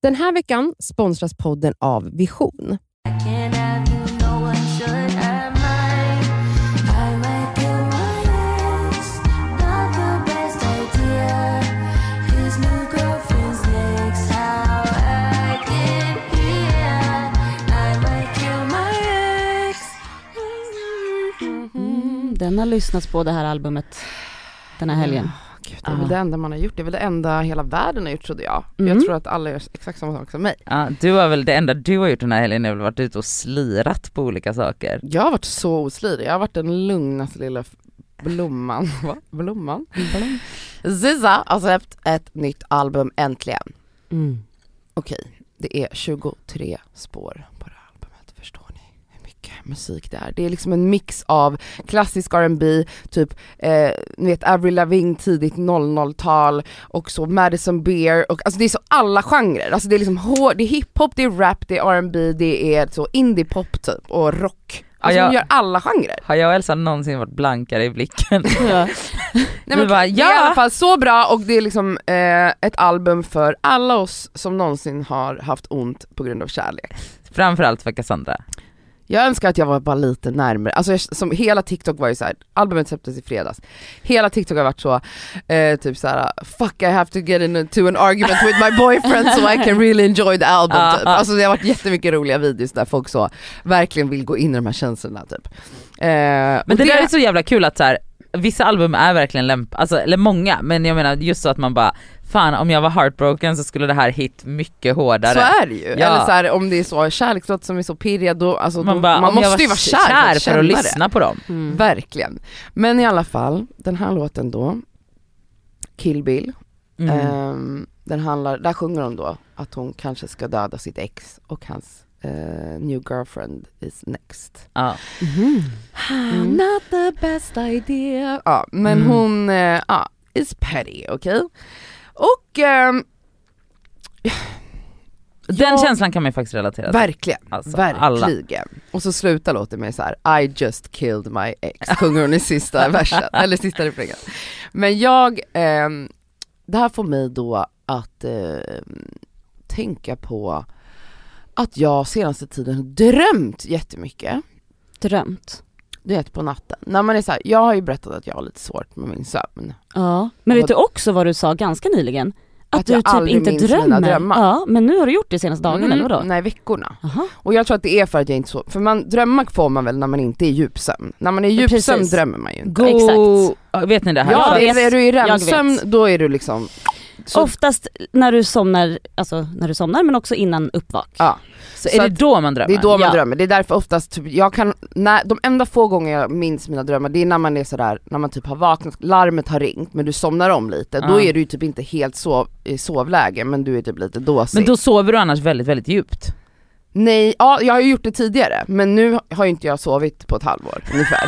Den här veckan sponsras podden av Vision. Den har lyssnats på det här albumet den här helgen. Gud, det är väl det enda man har gjort. Det är väl det enda hela världen har gjort, trodde jag. Mm. Jag tror att alla gör exakt samma sak som mig. Ja, du har väl det enda du har gjort den här helgen är väl varit ute och slirat på olika saker. Jag har varit så oslirig. Jag har varit den lugnaste lilla blomman. Va? Blomman? Ziza har släppt ett nytt album äntligen. Okej, det är 23 spår på det här albumet. Förstår ni hur mycket musik det är? Det är liksom en mix av klassisk R&B, typ ni vet Avril Lavigne tidigt 00-tal och så Madison Beer och alltså det är så alla genrer. Alltså det är liksom det är hiphop, det är rap, det är R&B, det är så indie pop typ och rock. Alltså de gör alla genrer. Har jag och Elsa någonsin varit blankare i blicken? Ja. Nej, men bara, det är i alla fall så bra och det är liksom ett album för alla oss som någonsin har haft ont på grund av kärlek. Framförallt för Cassandra. Jag önskar att jag var bara lite närmare. Alltså som hela TikTok var ju så här, albumet släpptes i fredags. Hela TikTok har varit så typ så här: fuck, I have to get into an argument with my boyfriend so I can really enjoy the album typ. Alltså det har varit jättemycket roliga videos där folk så verkligen vill gå in i de här känslorna typ. Men det där är så jävla kul att så här, vissa album är verkligen alltså, eller många, men jag menar just så att man bara fan, om jag var heartbroken så skulle det här hit mycket hårdare. Så är det ju. Ja. Eller så här, om det är så kärlekslåt som är så pirriga då, alltså man måste ju vara kär för att lyssna på dem. Verkligen. Men i alla fall, den här låten då, Kill Bill, den handlar, där sjunger hon då att hon kanske ska döda sitt ex och hans new girlfriend is next. Not the best idea. Ja, men hon is petty, okej? Och den känslan kan man ju faktiskt relatera till. Verkligen, alltså, verkligen. Alla. Och så slutar låten med så här: I just killed my ex. Sjunger hon i sista versen, eller sista refrängen. Men det här får mig då att tänka på att jag senaste tiden drömt jättemycket. Drömt? Du vet, på natten. När man är så här, jag har ju berättat att jag har lite svårt med min sömn. Ja, men vet du också vad du sa ganska nyligen? Att du typ inte drömmer. Ja, men nu har du gjort det senaste dagen eller vadå? Nej, veckorna. Och jag tror att det är för att jag inte så... För man drömmar får man väl när man inte är djupsömn. När man är djupsömn drömmer man ju inte. Exakt. Vet ni det här? Ja, är du i REM-sömn då är du liksom... Så... Oftast när du somnar, alltså när du somnar men också innan uppvak. Ja. Så är det då man drömmer? Det är då man drömmer. Det är därför oftast de enda få gånger jag minns mina drömmar, det är när man är sådär, när man typ har vaknat, larmet har ringt men du somnar om lite. Då är du ju typ inte helt i sovläge, men du är typ lite dåsig. Men då sover du annars väldigt, väldigt djupt? Nej, ja, jag har ju gjort det tidigare, men nu har ju inte jag sovit på ett halvår ungefär.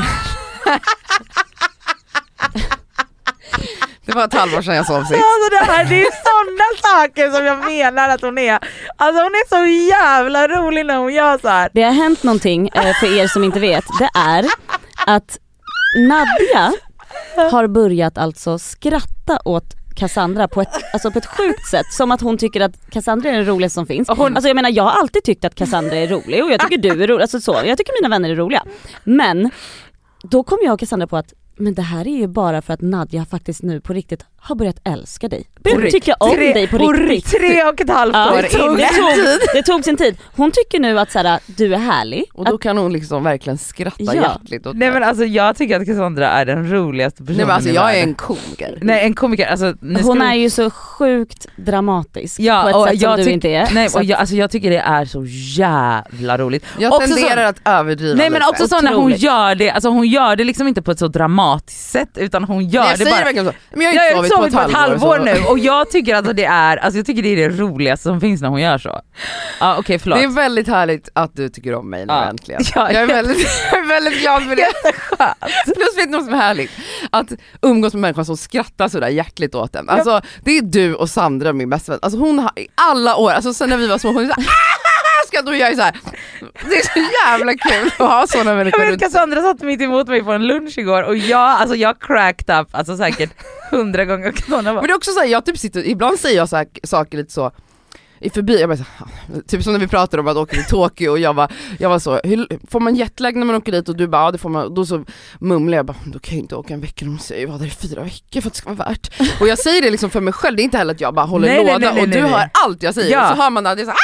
Det var ett halvår sedan jag sov sist. Alltså det är sådana saker som jag menar att hon är. Alltså hon är så jävla rolig när hon gör så här. Det har hänt någonting för er som inte vet. Det är att Nadja har börjat alltså skratta åt Cassandra på ett sjukt sätt. Som att hon tycker att Cassandra är den roligaste som finns. Alltså jag menar, jag har alltid tyckt att Cassandra är rolig. Och jag tycker du är rolig. Alltså så, jag tycker mina vänner är roliga. Men då kom jag och Cassandra på att men det här är ju bara för att Nadja faktiskt nu på riktigt har börjat älska dig. Börjat tycka om dig på riktigt. 3,5 år. Det tog sin tid. Hon tycker nu att såhär, du är härlig. Och då kan hon liksom verkligen skratta hjärtligt åt. Nej men alltså jag tycker att Cassandra är den roligaste personen. Nej men alltså jag är en komiker. Nej, en komiker. Alltså, hon är ju så sjukt dramatisk på ett sätt som du inte är. Nej, och jag tycker det är så jävla roligt. Jag också tenderar att överdriva. Nej men lite. Också så när hon gör det, alltså hon gör det liksom inte på ett så dramatiskt sätt, utan hon gör det bara. Så. Men jag har inte sovit på ett halvår nu och jag tycker att det är, alltså jag tycker det är det roligaste som finns när hon gör så. Ja, okej, förlåt. Det är väldigt härligt att du tycker om mig nu äntligen. Ja, jag är väldigt glad för det. Jätteskönt. Plus vet du något som är härligt? Att umgås med människor som skrattar sådär hjärtligt åt en. Alltså det är du och Sandra, min bästa vän. Alltså hon har i alla år, alltså sen när vi var små, hon är såhär då gör jag så här. Det är så jävla kul att ha såna människor. Jag vet, Cassandra satt mitt emot mig på en lunch igår och jag cracked up, alltså säkert 100 gånger. Men det är också så här, jag typ sitter, ibland säger jag så här, saker lite så, i förbi, jag bara, typ som när vi pratade om att åka till Tokyo och jag var så, får man jetlag när man åker dit? Och du bara, ja det får man. Då så mumlar jag bara, då kan jag inte åka en vecka. De säger, vad det är 4 veckor för att det ska vara värt. Och jag säger det liksom för mig själv, det är inte heller att jag bara håller låda och du hör allt jag säger. Ja. Så hör man att det är så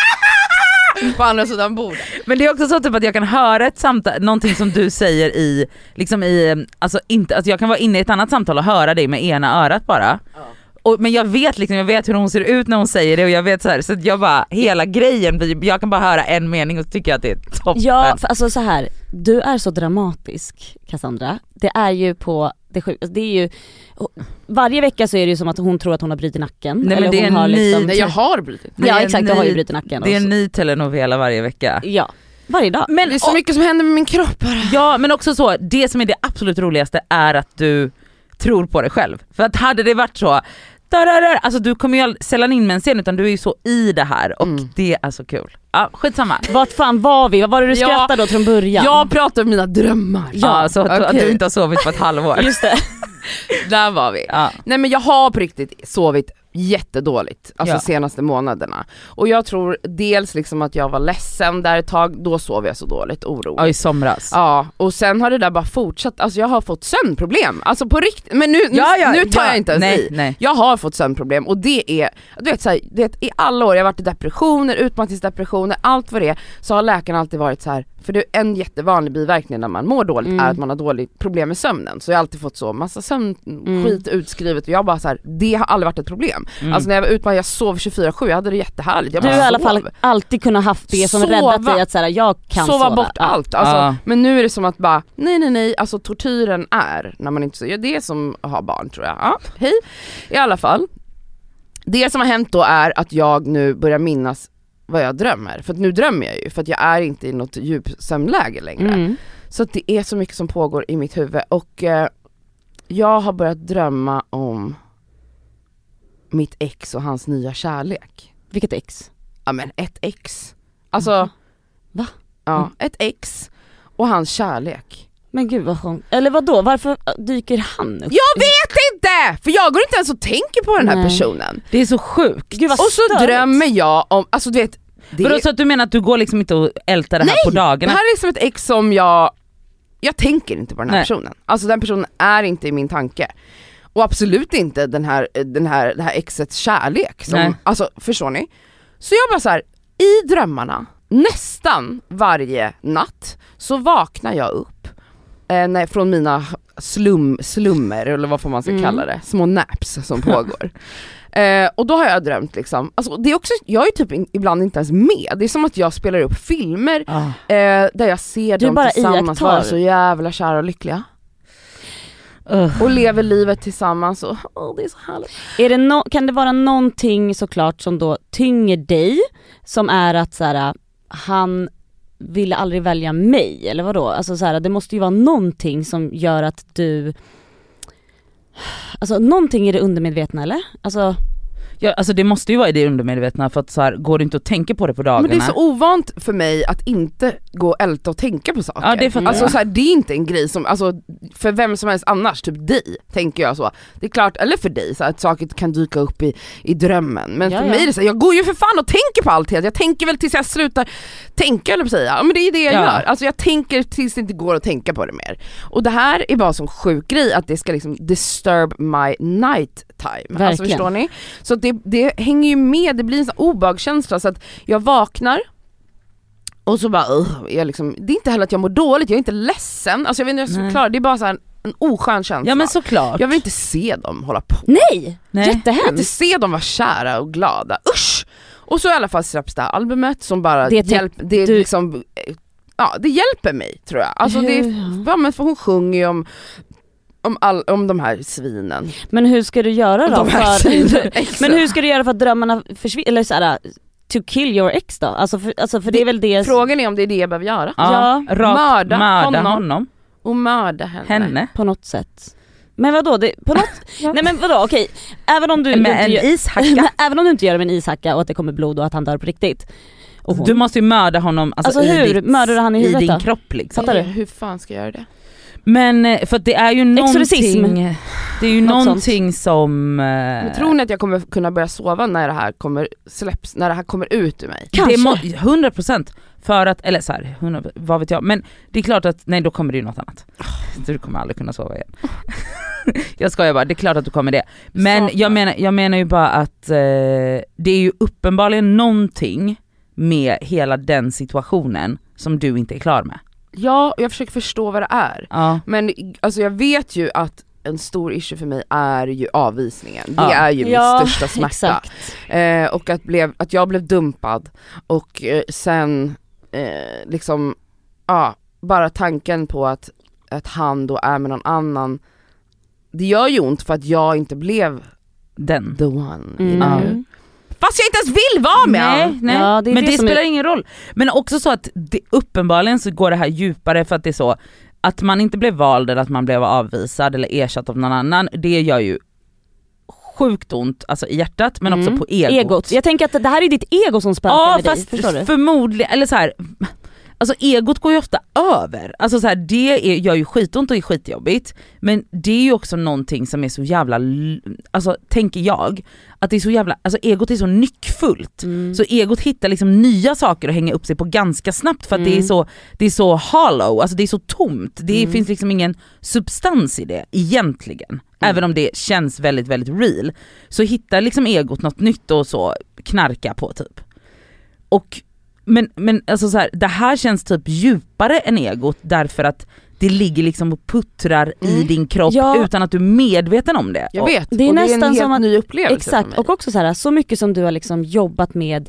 på andra sidan bordet. Men det är också så typ att jag kan höra ett samtal, någonting som du säger i, liksom i, alltså inte, alltså jag kan vara inne i ett annat samtal och höra det med ena örat bara. Men jag vet hur hon ser ut när hon säger det och jag vet så att jag bara, hela grejen, jag kan bara höra en mening och tycka att det är toppen. Ja, för alltså så här, du är så dramatisk, Cassandra. Det är ju på det sjuka, det är ju varje vecka så är det ju som att hon tror att hon har brutit nacken. Nej, eller men det hon har liksom, nej, jag har brutit. Ja exakt, du har ju brutit nacken. Det är en ny telenovela varje vecka. Ja, varje dag. Men det är så mycket som händer med min kropp bara. Ja, men också så, det som är det absolut roligaste är att du tror på dig själv. För att hade det varit så, alltså du kommer ju sällan in med en scen utan du är ju så i det här och det är så kul. Ja, skitsamma. Vart fan var vi? Vad var det du skrattade då från början? Jag pratade om mina drömmar. Ja, så att du inte har sovit på ett halvår. Just det. Där var vi. Ja. Nej men jag har på riktigt sovit jättedåligt alltså senaste månaderna. Och jag tror dels liksom att jag var ledsen där ett tag, då sov jag så dåligt, orolig. Ja, i somras. Ja, och sen har det där bara fortsatt, alltså jag har fått sömnproblem, alltså på riktigt, men nu tar jag inte ens i. Nej. Jag har fått sömnproblem och det är, du vet, så här, det, i alla år jag har varit i depressioner, utmattningsdepressioner, allt vad det är, så har läkarna alltid varit så här, för det är en jättevanlig biverkning när man mår dåligt är att man har dåligt problem med sömnen. Så jag har alltid fått så massa sömnskit utskrivet och jag bara så här, det har aldrig varit ett problem. Alltså när jag var utmattad, jag sov 24/7, jag hade det jättehärligt. Jag du har i alla fall alltid kunnat haft det som räddat dig att så här, jag kan sova bort allt. Alltså, men nu är det som att bara, nej, alltså tortyren är när man inte så, det är som att ha barn tror jag. Ja, hej. I alla fall, det som har hänt då är att jag nu börjar minnas vad jag drömmer. För att nu drömmer jag ju, för att jag är inte i något djupsömnläge längre. Så att det är så mycket som pågår i mitt huvud. Och jag har börjat drömma om mitt ex och hans nya kärlek. Vilket ex? Ja men ett ex. Alltså, va? Ja, ett ex och hans kärlek. Men gud vad hon, eller vadå, varför dyker han upp? Jag vet inte! För jag går inte ens och tänker på den här personen. Det är så sjukt. Gud, och så drömmer jag om, alltså du vet så att du menar att du går liksom inte och ältar det här på dagarna? Nej, det här är liksom ett ex som jag tänker inte på den här personen. Alltså den personen är inte i min tanke. Och absolut inte det här exets kärlek som, alltså förstår ni? Så jag bara så här, i drömmarna nästan varje natt så vaknar jag upp från mina slummer eller vad får man ska kalla det, små naps som pågår. Och då har jag drömt liksom, alltså det är också, jag är typ ibland inte ens med, det är som att jag spelar upp filmer där jag ser dem bara tillsammans vara så jävla kära och lyckliga. Och lever livet tillsammans och det är så härligt. Är det kan det vara någonting såklart som då tynger dig, som är att så här, han ville aldrig välja mig eller vadå? Alltså så här, det måste ju vara någonting som gör att du, alltså någonting är det undermedvetna eller? Alltså det måste ju vara i det undermedvetna, för att så här, går det inte att tänka på det på dagarna. Men det är så ovant för mig att inte gå och älta och tänka på saker. Ja, det är alltså så här, det är inte en grej som, alltså för vem som helst annars, typ dig, tänker jag så. Det är klart, eller för dig, så att saker kan dyka upp i drömmen. Men för mig är det så här, jag går ju för fan och tänker på allt. Jag tänker väl tills jag slutar tänka, eller på säga. Ja, men det är det jag gör. Alltså jag tänker tills det inte går att tänka på det mer. Och det här är bara som sjuk grej, att det ska liksom disturb my night time. Verkligen. Alltså förstår ni? Så det hänger ju med, det blir en sån obehagskänsla så att jag vaknar och så bara jag liksom, det är inte heller att jag mår dåligt, jag är inte ledsen, alltså jag vet inte hur jag ska förklara, det är bara så här en oskön känsla. Ja men såklart. Jag vill inte se dem hålla på. Nej. Jag vill inte se dem vara kära och glada. Usch! Och så i alla fall släpps det här albumet som bara liksom, ja, det hjälper mig tror jag. Alltså men för hon sjunger ju om de här svinen. Men hur ska du göra då men hur ska du göra för att drömmarna försvinner, eller så här, to kill your ex då? Alltså för det är väl det. Frågan är om det är det jag behöver göra. Ja, mörda honom. Och mörda henne. På något sätt. Men vadå? På något... Nej men vadå, okej. Även om du även om du inte gör det med en ishacka och att det kommer blod och att han dör på riktigt. Du måste ju mörda honom, alltså hur mördar han i huvudet i din då? kropp liksom. Fattar du? Hur fan ska jag göra det? Men för att det är ju Exorcism. någonting, det är ju Något någonting som... Men tror ni att jag kommer kunna börja sova när det här kommer släpps, när det här kommer ut ur mig? Kanske. Det 100% för att, eller så här, 100, vad vet jag, men det är klart att, nej då kommer det ju något annat. Du kommer aldrig kunna sova igen. Jag skojar bara, det är klart att du kommer det. Men jag menar ju bara att det är ju uppenbarligen någonting med hela den situationen som du inte är klar med. Ja, jag försöker förstå vad det är. Ja. Men alltså jag vet ju att en stor issue för mig är ju avvisningen. Det Ja. är ju min största smärta. Exakt. Och att jag blev dumpad och sen liksom bara tanken på att han då är med någon annan, det gör ju ont för att jag inte blev Den. the one. Mm. Fast jag inte ens vill vara med. Nej. Ja, det är men det det som spelar är... ingen roll. Men också så att uppenbarligen så går det här djupare för att det är så att man inte blev vald eller att man blev avvisad eller ersatt av någon annan. Det gör ju sjukt ont alltså i hjärtat men också på egot. Jag tänker att det här är ditt ego som spökar med dig, fast förstår du? förmodligen, eller så här, alltså egot går ju ofta över. Alltså så här, gör ju skitont och är skitjobbigt, men det är ju också någonting som är så jävla, alltså tänker jag, att det är så jävla, alltså egot är så nyckfullt. Så egot hittar liksom nya saker att hänga upp sig på ganska snabbt för att det är så hollow, alltså det är så tomt. Det finns liksom ingen substans i det egentligen. Även om det känns väldigt, väldigt real, så hittar liksom egot något nytt och så knarka på typ. Och men alltså så här, det här känns typ djupare än egot därför att det ligger liksom och puttrar i din kropp utan att du är medveten om det. Jag vet, det är och nästan det är en helt som att, ny upplevelse exakt, för mig. och också så mycket som du har liksom jobbat med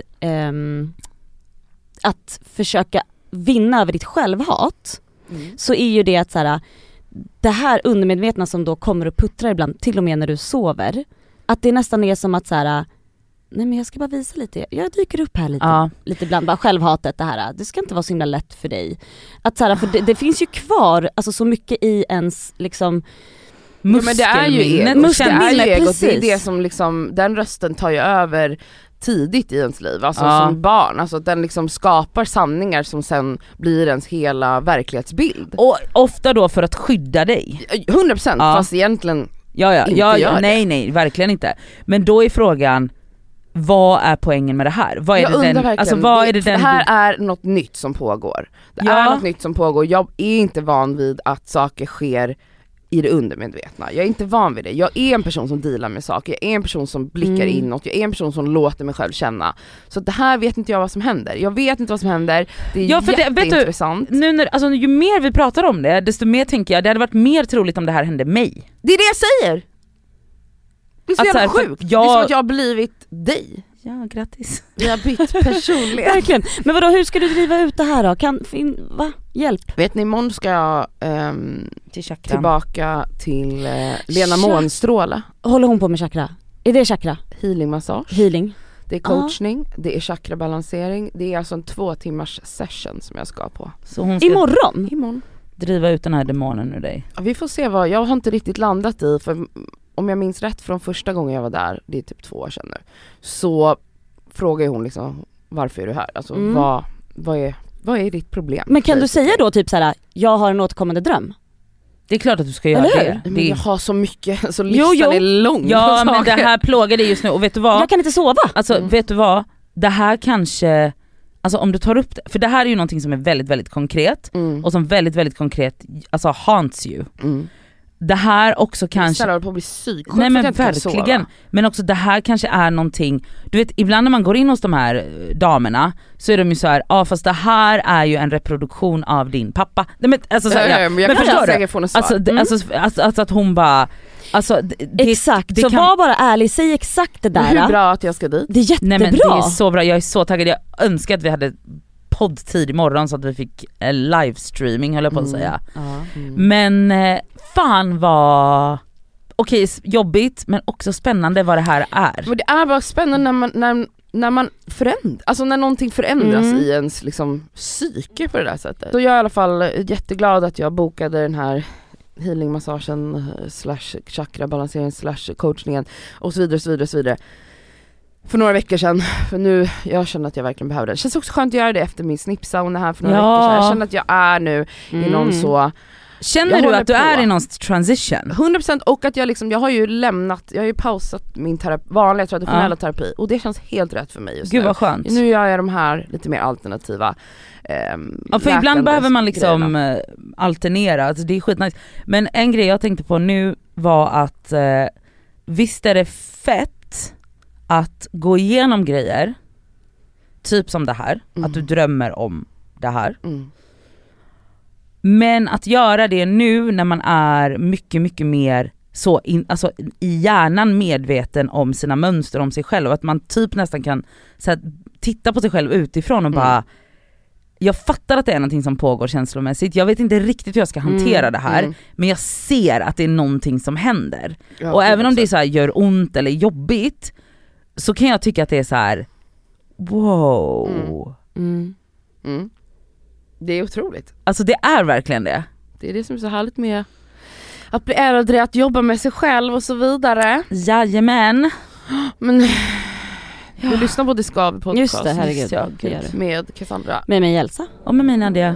att försöka vinna över ditt självhat, så är ju det att så här, det här undermedvetna som då kommer och puttrar ibland, till och med när du sover, att det nästan är som att så här, nej men jag ska bara visa lite, jag dyker upp här lite ibland, bara självhatet det här, det ska inte vara så himla lätt för dig. Att så här, för det finns ju kvar alltså så mycket i ens liksom men det är ju egot, det precis. är det som liksom, den rösten tar ju över tidigt i ens liv, alltså som barn, alltså den liksom skapar sanningar som sen blir ens hela verklighetsbild. Och ofta då för att skydda dig. 100%, fast egentligen nej, verkligen inte. Men då är frågan, vad är poängen med det här? Vad är det här är något nytt som pågår. Det är något nytt som pågår. Jag är inte van vid att saker sker i det undermedvetna. Jag är inte van vid det. Jag är en person som dealar med saker. Jag är en person som blickar inåt. Jag är en person som låter mig själv känna. Så det här vet inte jag vad som händer. Jag vet inte vad som händer. Det är jätteintressant. Nu när, ju mer vi pratar om det, desto mer tänker jag, det hade varit mer troligt om det här hände mig. Det är det jag säger! Det är så jävla sjukt. Det är som att jag har blivit dig. Ja, grattis. Vi har bytt personlighet. Verkligen. Men vadå, hur ska du driva ut det här då? Hjälp. Vet ni, imorgon ska jag tillbaka till Lena Månstråle. Håller hon på med chakra? Är det chakra? Healingmassage. Healing. Det är coachning, det är chakrabalansering. Det är alltså en 2 timmars session som jag ska på. Så hon ska Imorgon? Driva ut den här demonen ur dig. Ja, vi får se vad, jag har inte riktigt landat i, för om jag minns rätt från första gången jag var där, det är typ 2 år sedan nu, så frågar hon liksom, varför är du här? Alltså vad är ditt problem? Men kan du säga då typ såhär, jag har en återkommande dröm? Det är klart att du ska göra det. Men jag har så mycket, så listan är lång. Ja, men det här plågar dig just nu, och vet du vad? Jag kan inte sova. Alltså vet du vad? Det här kanske, alltså om du tar upp det, för det här är ju någonting som är väldigt, väldigt konkret och som väldigt, väldigt konkret alltså haunts you. Det här också kanske... Jag på att bli psyksjuk. Nej men verkligen. Men också det här kanske är någonting, du vet ibland när man går in hos de här damerna så är de ju så här, fast det här är ju en reproduktion av din pappa. Nej, men, alltså, så här, men jag kan säkert få något svar. Alltså att hon bara... Alltså, exakt, så var bara ärlig, säg exakt det där. Hur bra att jag ska dit? Det är jättebra. Nej men det är så bra, jag är så taggad. Jag önskar att vi hade poddtid imorgon så att vi fick livestreaming höll jag på att säga. Men fan vad jobbigt men också spännande vad det här är. Men det är bara spännande när man förändras, alltså när någonting förändras i ens liksom psyke på det där sättet. Så jag är i alla fall jätteglad att jag bokade den här healingmassagen / chakrabalansering / coachningen och så vidare och så vidare och så vidare för några veckor sedan, för nu jag känner att jag verkligen behöver det. Det känns också skönt att göra det efter min snippsauna här för några veckor sedan. Jag känner att jag är nu i någon så Känner du att du är i någon transition? 100%, och att jag har ju pausat min vanliga traditionella terapi, och det känns helt rätt för mig just nu. Gud vad skönt. Nu gör jag de här lite mer alternativa för ibland behöver man liksom alternera, alltså det är skitnice. Men en grej jag tänkte på nu var att visst är det fett att gå igenom grejer typ som det här, att du drömmer om det här. Men att göra det nu när man är mycket, mycket mer så alltså i hjärnan medveten om sina mönster, om sig själv. Att man typ nästan kan så här, titta på sig själv utifrån och bara, jag fattar att det är någonting som pågår känslomässigt. Jag vet inte riktigt hur jag ska hantera det här. Men jag ser att det är någonting som händer. Ja, och även om det så här, gör ont eller jobbigt, så kan jag tycka att det är så här: wow. Det är otroligt. Alltså det är verkligen det. Det är det som är så härligt med att bli äldre, att jobba med sig själv och så vidare. Jajamän. Men du lyssnar på Discovery podcast. Just det, herregud. Med Cassandra. Med mig Elsa. Och med mig Nadia.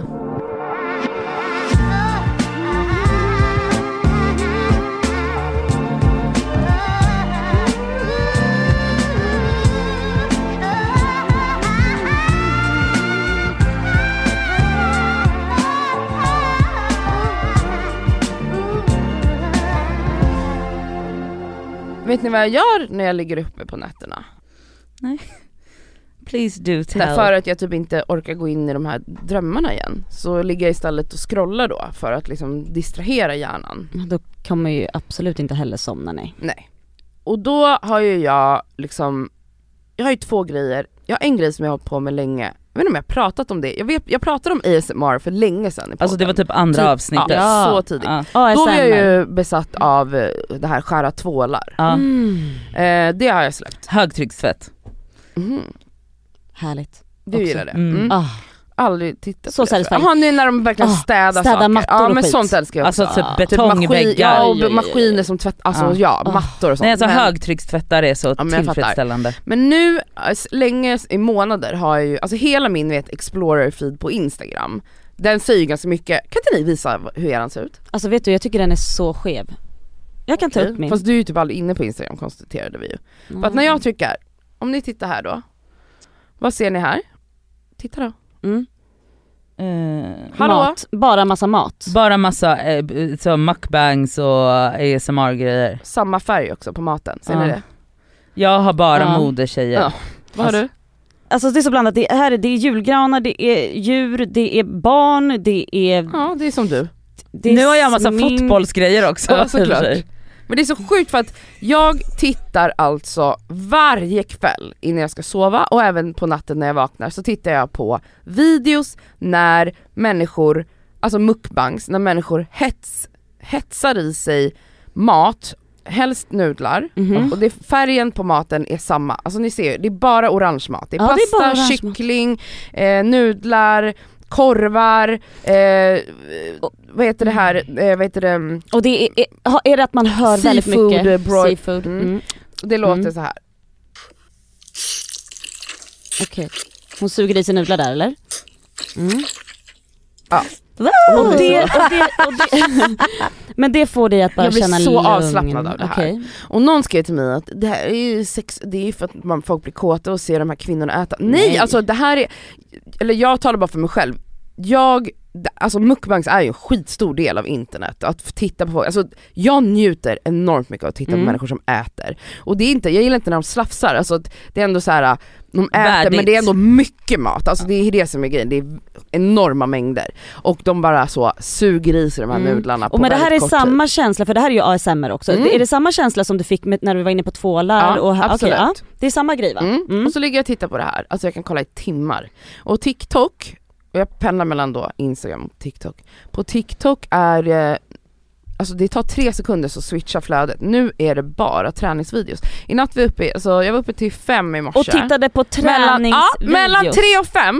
Vet ni vad jag gör när jag ligger uppe på nätterna? Nej. Please do tell. Därför att jag typ inte orkar gå in i de här drömmarna igen. Så ligger jag istället och scrollar då för att liksom distrahera hjärnan. Då kommer ju absolut inte heller somna, nej. Och då har ju jag liksom, jag har ju 2 grejer. Jag har en grej som jag har hållit på med länge. Jag vet inte om jag har pratat om det. Jag pratade om ASMR för länge sedan. Alltså det var typ andra avsnittet. Ja, så tidigt. Då var jag ju besatt av det här skära tvålar. Det har jag släppt. Högtryckstvätt. Härligt. Du gillar det? Aldrig tittat så på det. Jaha, nu när de verkligen städar saker. Mattor och men skit. sånt älskar jag också. Alltså typ betongväggar. Och maskiner som tvättar, alltså mattor och sånt. Nej, alltså högtryckstvättar är så tillfredsställande. Men nu, länge i månader har jag ju, alltså hela min Explorer-feed på Instagram, den säger ju ganska mycket. Kan inte ni visa hur den ser ut? Alltså vet du, jag tycker den är så skev. Jag kan ta upp min. Fast du är ju typ aldrig inne på Instagram, konstaterade vi ju. För att när jag trycker, om ni tittar här då, vad ser ni här? Titta då. Hallå? Mat, bara massa mat. Bara massa så mukbangs och ASMR-grejer. Samma färg också på maten, ser ni det? Jag har bara modetjejer. Ja. Vad har du? Alltså det är så blandat, det är julgranar, det är djur, det är barn, det är... Ja, det är som du. Nu har jag massa fotbollsgrejer också. Ja, såklart. Men det är så sjukt för att jag tittar alltså varje kväll innan jag ska sova, och även på natten när jag vaknar så tittar jag på videos när människor, alltså mukbangs, när människor hetsar i sig mat, helst nudlar, och det, färgen på maten är samma. Alltså ni ser, det är bara orange mat. Det är pasta, kyckling, nudlar, korvar, vad heter det här, vad heter det? Och det är det att man hör väldigt mycket seafood. Det låter så här. Okej. Hon suger i sig nudlar där, eller? Ja. Och det men det får dig att bara känna lugn. Jag blir så avslappnad av det här. Och någon skrev till mig att det här är sex, det är för att folk blir kåta och ser de här kvinnorna äta. Nej, alltså det här är, eller jag talar bara för mig själv. Alltså mukbangs är ju en skitstor del av internet. Att titta på folk, alltså jag njuter enormt mycket av att titta på människor som äter. Och det är inte, jag gillar inte när de slafsar. Alltså det är ändå så här, de äter värdigt. Men det är ändå mycket mat. Alltså det är det som är grejen. Det är enorma mängder. Och de bara så suger i sig de här nudlarna. Och men det här är samma känsla, för det här är ju ASMR också. Är det samma känsla som du fick när du var inne på tvålar? Ja, och absolut. Okay, det är samma grej, va? Och så ligger jag och tittar på det här. Alltså jag kan kolla i timmar. Och TikTok, och jag pendlar mellan då Instagram och TikTok. På TikTok är det, alltså det tar 3 sekunder så switchar flödet. Nu är det bara träningsvideos. I natt var jag uppe till 5 i morse. Och tittade på träningsvideos. Mellan 3 och 5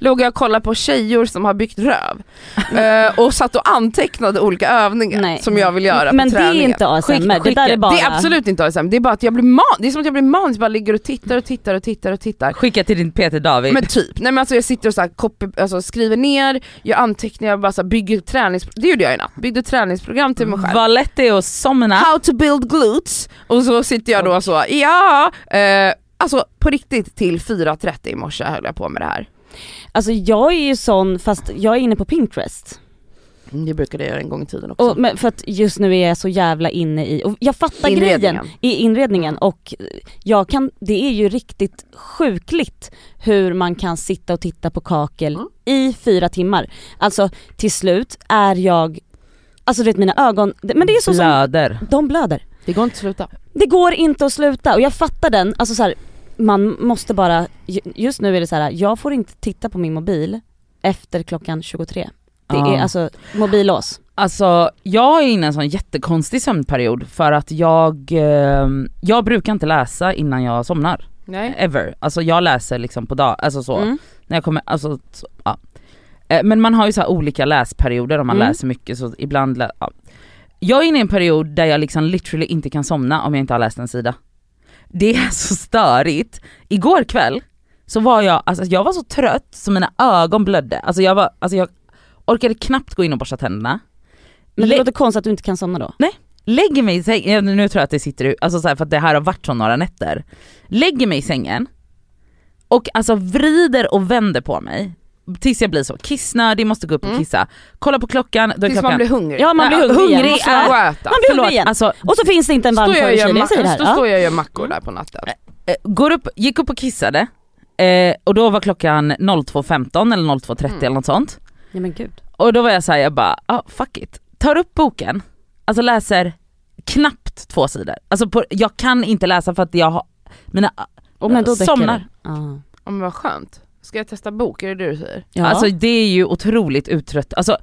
låg jag och kollade på tjejer som har byggt röv. Och satt och antecknade olika övningar som jag vill göra men på träningen. Det är inte ASMR, det där är bara... Det är absolut inte ASMR, det är bara att jag blir det är som att jag blir manisk, bara ligger och tittar. Skicka till din Peter David. Men typ, nej men alltså jag sitter och så här skriver ner, jag antecknar, jag bara så här bygger det gjorde jag i natt, byggde träningsprogram till mig själv. Vad lätt det är att somna. How to build glutes. Och så sitter jag då så, alltså på riktigt till 4:30 i morse höll jag på med det här. Alltså jag är ju sån, fast jag är inne på Pinterest. Det brukade jag göra en gång i tiden också. Men för att just nu är jag så jävla inne i, och jag fattar grejen i inredningen, och det är ju riktigt sjukligt hur man kan sitta och titta på kakel i 4 timmar. Alltså till slut är jag, alltså du vet mina ögon, men det är så blöder. De blöder. Det går inte att sluta. Det går inte att sluta, och jag fattar den, alltså så här, man måste bara, just nu är det så här, jag får inte titta på min mobil efter klockan 23. Det är alltså mobillås. Alltså jag är inne i en sån jättekonstig sömnperiod för att jag brukar inte läsa innan jag somnar. Nej. Ever. Alltså jag läser liksom på dag, alltså så. När jag kommer, alltså så, ja. Men man har ju så här olika läsperioder om man läser mycket, så ibland Jag är inne i en period där jag liksom literally inte kan somna om jag inte har läst en sida. Det är så störigt. Igår kväll så var jag var så trött så mina ögon blödde. Alltså jag orkade knappt gå in och borsta tänderna. Men det låter konstigt att du inte kan somna då. Nej, lägger mig i sängen. Nu tror jag att det sitter ut, alltså så här, för att det här har varit så några nätter. Lägger mig i sängen och alltså vrider och vänder på mig tills jag blir så kissnödig, måste gå upp och kissa. Kolla på klockan, då är tills man blir hungrig. Ja, man blir hungrig igen. Man blir hungrig igen. Alltså, och så finns det inte en varm korv i kylen. Då står jag och gör mackor där på natten. Gick upp och kissade. Och då var klockan 02.15 eller 02.30 eller något sånt. Ja men gud. Och då var jag såhär, jag bara, fuck it. Tar upp boken, alltså läser knappt 2 sidor. Alltså jag kan inte läsa för att jag har mina men då somnar. Men vad skönt. Ska jag testa bok, är det du säger? Ja. Alltså det är ju otroligt uttrött. Alltså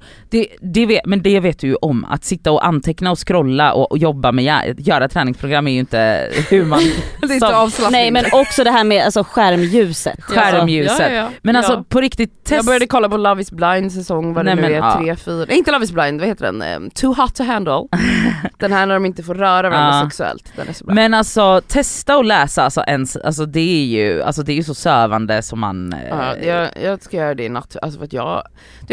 men det vet du ju om, att sitta och anteckna och scrolla och jobba med göra träningsprogram är ju inte hur man det är inte avslappning. Nej, men också det här med alltså skärmljuset. Ja. Men alltså på riktigt jag började kolla på Love is blind säsong, vad det nu är, 3-4. Inte Love is blind, vad heter den? Too hot to handle. Den här när de inte får röra varandra sexuellt. Den är så bra. Men alltså testa och läsa alltså det är ju så sövande som man jag ska göra det i natt. Alltså för att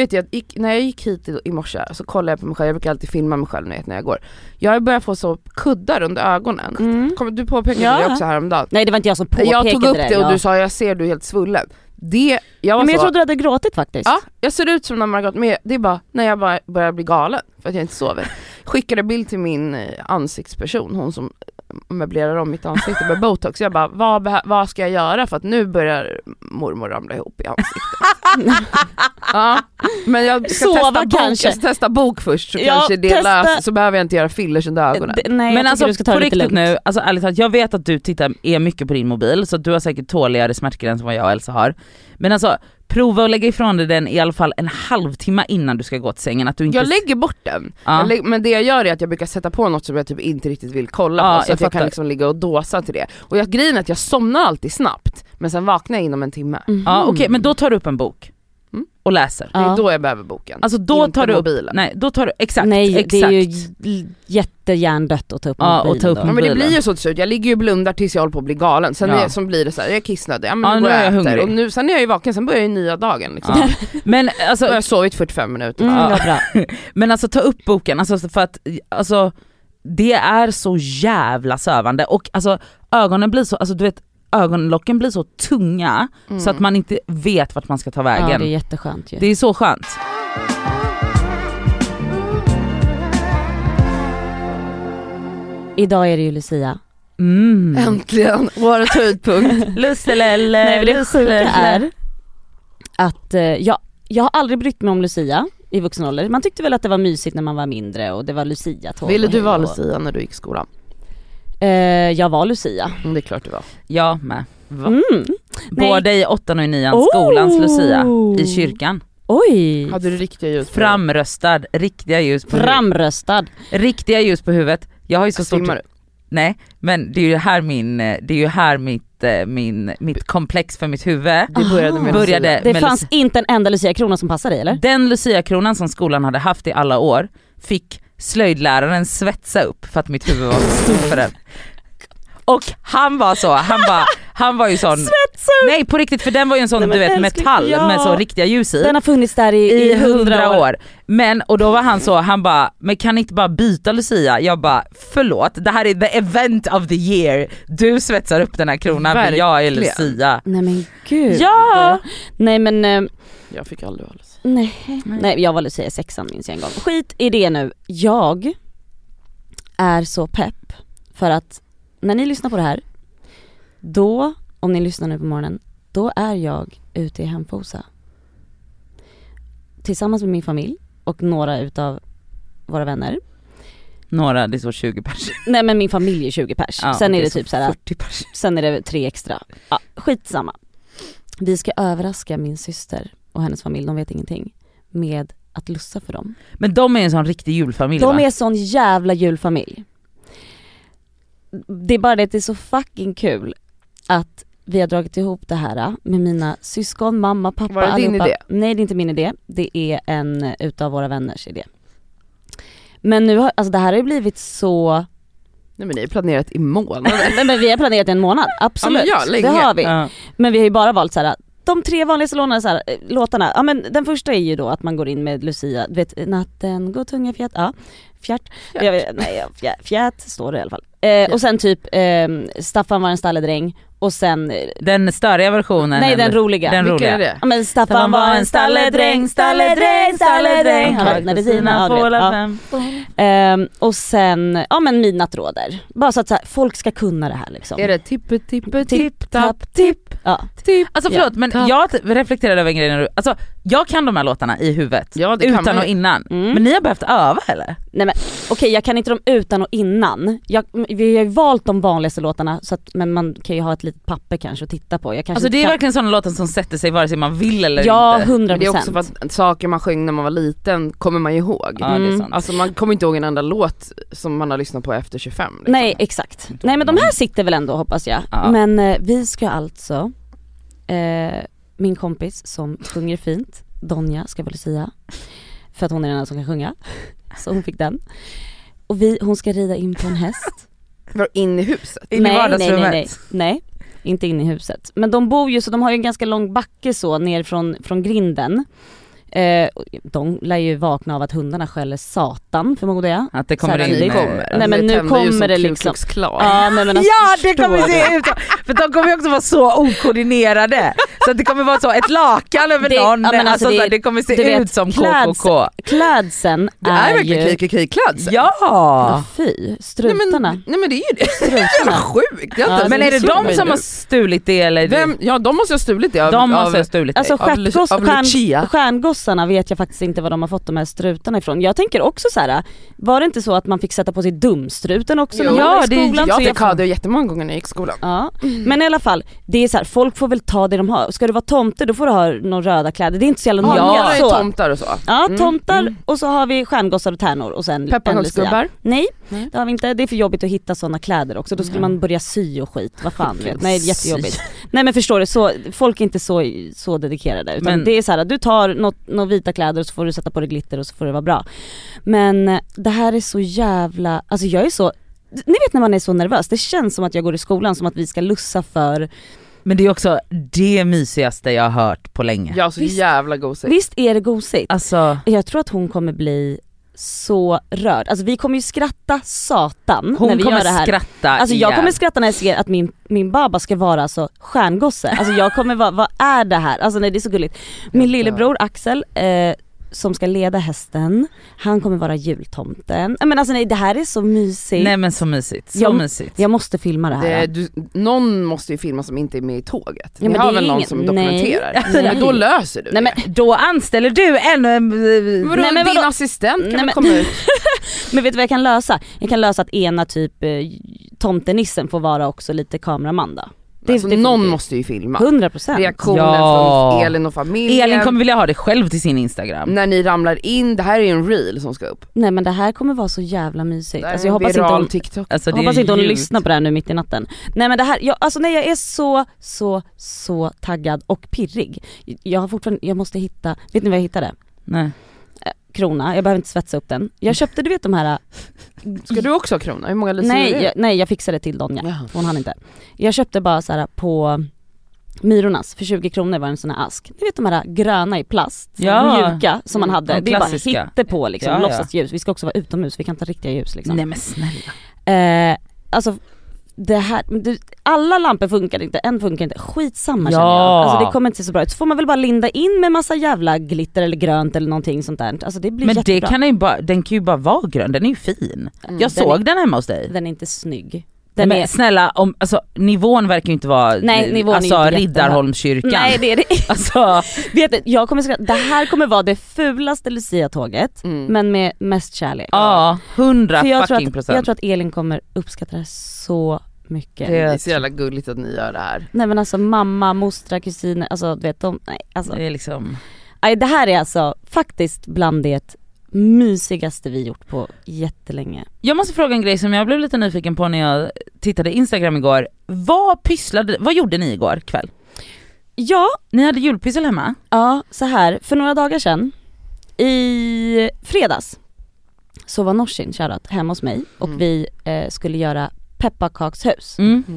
när jag gick hit i morse så kollade jag på mig själv. Jag brukar alltid filma mig själv när jag går. Jag börjar få så kuddar under ögonen. Kommer du påpeka det också häromdagen? Nej, det var inte jag som påpekade det. Jag tog upp det och du sa, jag ser du är helt svullen. Men jag trodde du hade gråtit faktiskt. Ja, jag ser ut som när man har gått med. Det är bara när jag börjar bli galen för att jag inte sover. Skickade bild till min ansiktsperson, hon som möblerar om mitt ansikte med botox. Jag bara, vad ska jag göra för att nu börjar mormor ramla ihop i ansiktet. Ja, men jag ska testa bok först så kanske det löser, så behöver jag inte göra fillers under ögonen. Nej, men alltså du ska ta på det lite riktigt lugnt. nu, alltså ärligt talat, jag vet att du är mycket på din mobil, så du har säkert tåligare smärtgräns än vad jag och Elsa har. Men alltså prova att lägga ifrån dig den i alla fall en halvtimme innan du ska gå till sängen. Att du inte... Jag lägger bort den. Men det jag gör är att jag brukar sätta på något som jag typ inte riktigt vill kolla på, så att jag kan liksom ligga och dåsa till det. Och grejen är att jag somnar alltid snabbt, men sen vaknar jag inom en timme. Ja, okej, men då tar du upp en bok och läser. Det är då jag behöver boken. Alltså då inte tar du upp mobilen. Nej, då tar du exakt. Nej, det är ju jättehjärndött att ta upp mobilen. Och ta upp men det blir ju så till slut. Jag ligger ju och blundar tills jag håller på att bli galen. Sen så blir det så här, jag är kissnödig. Ja, men nu är jag hungrig. Och nu, sen är jag ju vaken, sen börjar ju nya dagen liksom. Men alltså, jag har sovit 45 minuter. Bra. Men alltså ta upp boken, alltså för att alltså det är så jävla sövande, och alltså ögonen blir så, alltså du vet, ögonlocken blir så tunga så att man inte vet vart man ska ta vägen. Ja, det är jätteskönt ju. Det är så skönt. Idag är det ju Lucia. Äntligen, årets höjdpunkt. Lusselelle. Nej, det sjuka är att jag har aldrig brytt mig om Lucia i vuxen ålder. Man tyckte väl att det var mysigt när man var mindre och det var Lucia-tåg. Ville du vara Lucia när du gick i skolan? Jag var Lucia. Det är klart du var. Jag med. Både i 8 och i 9 skolans Lucia i kyrkan. Oj. Hade du riktiga ljus på Framröstad, riktiga ljus på Framröstad. Riktiga ljus på huvudet. Jag har ju så stort... Svimmar du? Nej, men det är ju här mitt mitt komplex för mitt huvud. Det började Det med fanns inte en enda Lucia-krona som passade dig eller? Den Lucia-kronan som skolan hade haft i alla år fick slöjdläraren svetsa upp för att mitt huvud var så stort för den. Och han var ju sån, nej på riktigt, för den var ju en sån metall med så riktiga ljus i. Den har funnits där i 100 år. Men och då var han så, han bara, men kan inte bara byta Lucia? Jag bara, förlåt, det här är the event of the year. Du svetsar upp den här kronan för jag är Lucia. Nej men gud. Ja! Nej men jag fick aldrig vara Lucia. Nej, jag var Lucia i 6:an minns jag en gång. Skit i det nu. Jag är så pepp för att när ni lyssnar på det här, då, om ni lyssnar nu på morgonen, då är jag ute i Hemfosa. Tillsammans med min familj och några utav våra vänner. Några, det är så 20 pers. Nej men min familj är 20 pers. Ja, sen är det typ så här 40 pers. Sen är det 3 extra. Ja, skitsamma. Vi ska överraska min syster och hennes familj, de vet ingenting, med att lussa för dem. Men de är en sån riktig julfamilj. De är en sån jävla julfamilj. Det är bara det att det är så fucking kul att vi har dragit ihop det här med mina syskon, mamma, pappa. Var det din idé? Nej, det är inte min idé. Det är en utav våra vänners idé. Men nu har, alltså det här har ju blivit så... Nej men ni har planerat i månader. men vi har planerat i en månad, absolut. Ja, det har vi. Ja. Men vi har ju bara valt så här, de 3 vanligaste låtarna. Ja men den första är ju då att man går in med Lucia, du vet, natten går tunga fjärt. Ja, fjärt. Fjärt står det i alla fall. Och sen typ Staffan var en stalledräng. Och sen den störiga versionen. Nej, den roliga. Den roliga. roliga. Är det? Ja, men Staffan var en stalledräng. Han vaknade sina fålar. Och sen, ja men midnatt råder. Bara så att så här, folk ska kunna det här liksom. Är det tipp tapp tipp? Ja. Alltså förlåt, men jag reflekterade över en grej när du, alltså jag kan de här låtarna i huvudet. Ja, det kan utan man. och innan. Mm. Men ni har behövt öva eller? Nej men okej, jag kan inte dem utan och innan. Vi har ju valt de vanligaste låtarna så att, men man kan ju ha ett litet papper kanske att titta på. Jag Alltså det är verkligen sådana låtar som sätter sig vare sig man vill eller ja, inte. 100%. Det är också för att saker man sjöng när man var liten kommer man ihåg. Ja, det är sant. Alltså man kommer inte ihåg en enda låt som man har lyssnat på efter 25. Liksom. Nej, exakt. Nej men de här sitter väl ändå, hoppas jag. Ja. Men vi ska alltså min kompis som sjunger fint, Donja, ska väl säga, för att hon är den enda som kan sjunga. Så hon fick den. Och hon ska rida in på en häst. Var in i huset? In i vardagsrummet. Nej, inte in i huset. Men de bor ju så, de har ju en ganska lång backe så ner från grinden. De lär ju vakna av att hundarna skäller satan, förmodar jag. Att det kommer in. Nej men nu kommer det liksom. Ja, nej, men alltså, ja, det kommer se ut så. För de kommer ju också vara så okoordinerade. Så att det kommer vara så ett lakan över någon. Ja, men alltså det kommer se ut som KKK. Klädseln det är verkligen klädseln. Ja. Fy, strutarna. Nej men det är ju det. Strutarna. Sjukt. Ja, men är det de som har stulit det eller? Ja, de måste ha stulit det av, de måste ha stulit det. Alltså Lucia. stjärngossarna vet jag faktiskt inte var de har fått de här strutarna ifrån. Jag tänker också så här, var det inte så att man fick sätta på sig dumstruten också när man var i skolan? Jag fick ha det jättemånga gånger när jag gick i skolan. Ja, men i alla fall, det är så här, folk får väl ta det de har. Ska du vara tomte, då får du ha några röda kläder. Det är inte så jävla Ja, noga. det är tomtar och så. Ja, tomtar och så har vi stjärngossar och tärnor och sen pepparkaksgubbar. Nej, det har vi inte. Det är för jobbigt att hitta sådana kläder också. Då skulle man börja sy och skit. Vad fan vet. Nej, det är jättejobbigt. Nej men förstår du, så, folk är inte så dedikerade. Utan men det är så här, du tar några vita kläder och så får du sätta på dig glitter och så får det vara bra. Men det här är så jävla, alltså jag är så, ni vet när man är så nervös, det känns som att jag går i skolan som att vi ska lussa för. Men det är också det mysigaste jag har hört på länge. Ja, så jävla gosigt. Visst är det gosigt. Alltså, jag tror att hon kommer bli så rörd. Alltså vi kommer ju skratta satan hon när vi kommer gör det här. Skratta alltså jag igen. kommer skratta när jag ser att min baba ska vara så stjärngosse. Alltså jag kommer vara, vad är det här? Alltså nej, det är så gulligt. Min lillebror Axel som ska leda hästen, han kommer vara jultomten. Men alltså nej, det här är så mysigt. Nej men så mysigt, så mysigt. Jag måste filma det här. Någon måste ju filma som inte är med i tåget. Ja, Ni har väl någon som dokumenterar? Nej. Men då löser du nej, det. men, då anställer du Din assistent kan komma ut. Men vet du vad jag kan lösa? Jag kan lösa att ena typ tomtenissen får vara också lite kameraman då. Alltså, någon måste ju filma. 100%. Reaktionen från Elin och familjen. Elin kommer vilja ha det själv till sin Instagram. När ni ramlar in, det här är ju en reel som ska upp. Nej men det här kommer vara så jävla mysigt. Alltså, jag hoppas inte TikTok. Alltså, hoppas inte hon lyssnar på det här nu mitt i natten. Nej men det här, jag är så taggad och pirrig. Jag måste hitta, vet ni vad jag hittade? Nej. Krona, jag behöver inte svetsa upp den. Jag köpte, du vet de här... Ska du också ha krona? Hur många liser nej, jag fixade till Donja. Hon hann inte. Jag köpte bara så här på Myrornas för 20 kronor var en sån här ask. Ni vet de här gröna i plast, mjuka som man hade. Det är bara hitte på liksom, låtsasljus. Vi ska också vara utomhus, vi kan ta riktiga ljus liksom. Nej men snälla. Alltså det här, alla lampor funkar inte, en funkar inte, skitsamma känner jag. Alltså det kommer inte se så bra ut. Så får man väl bara linda in med massa jävla glitter eller grönt eller någonting sånt där. Alltså det blir men jättebra. Den kan ju bara vara grön, den är ju fin. Jag såg den hemma hos dig. Den är inte snygg. Men snälla, nivån verkar ju inte vara Riddarholmskyrkan. Nej det är det. Alltså, det här kommer vara det fulaste Lucia-tåget men med mest kärlek. Ja, 100%. Jag tror att Elin kommer uppskatta det så mycket. Det är så jävla gulligt att ni gör det här. Nej men alltså mamma, mostrar, kusiner, alltså du vet de, nej alltså. Det är liksom... Det här är alltså faktiskt bland det mysigaste vi gjort på jättelänge. Jag måste fråga en grej som jag blev lite nyfiken på när jag tittade Instagram igår. Vad gjorde ni igår kväll? Ja, ni hade julpyssel hemma? Ja, så här, för några dagar sedan i fredags så var Norsin kärat hemma hos mig och vi skulle göra pepparkakshus.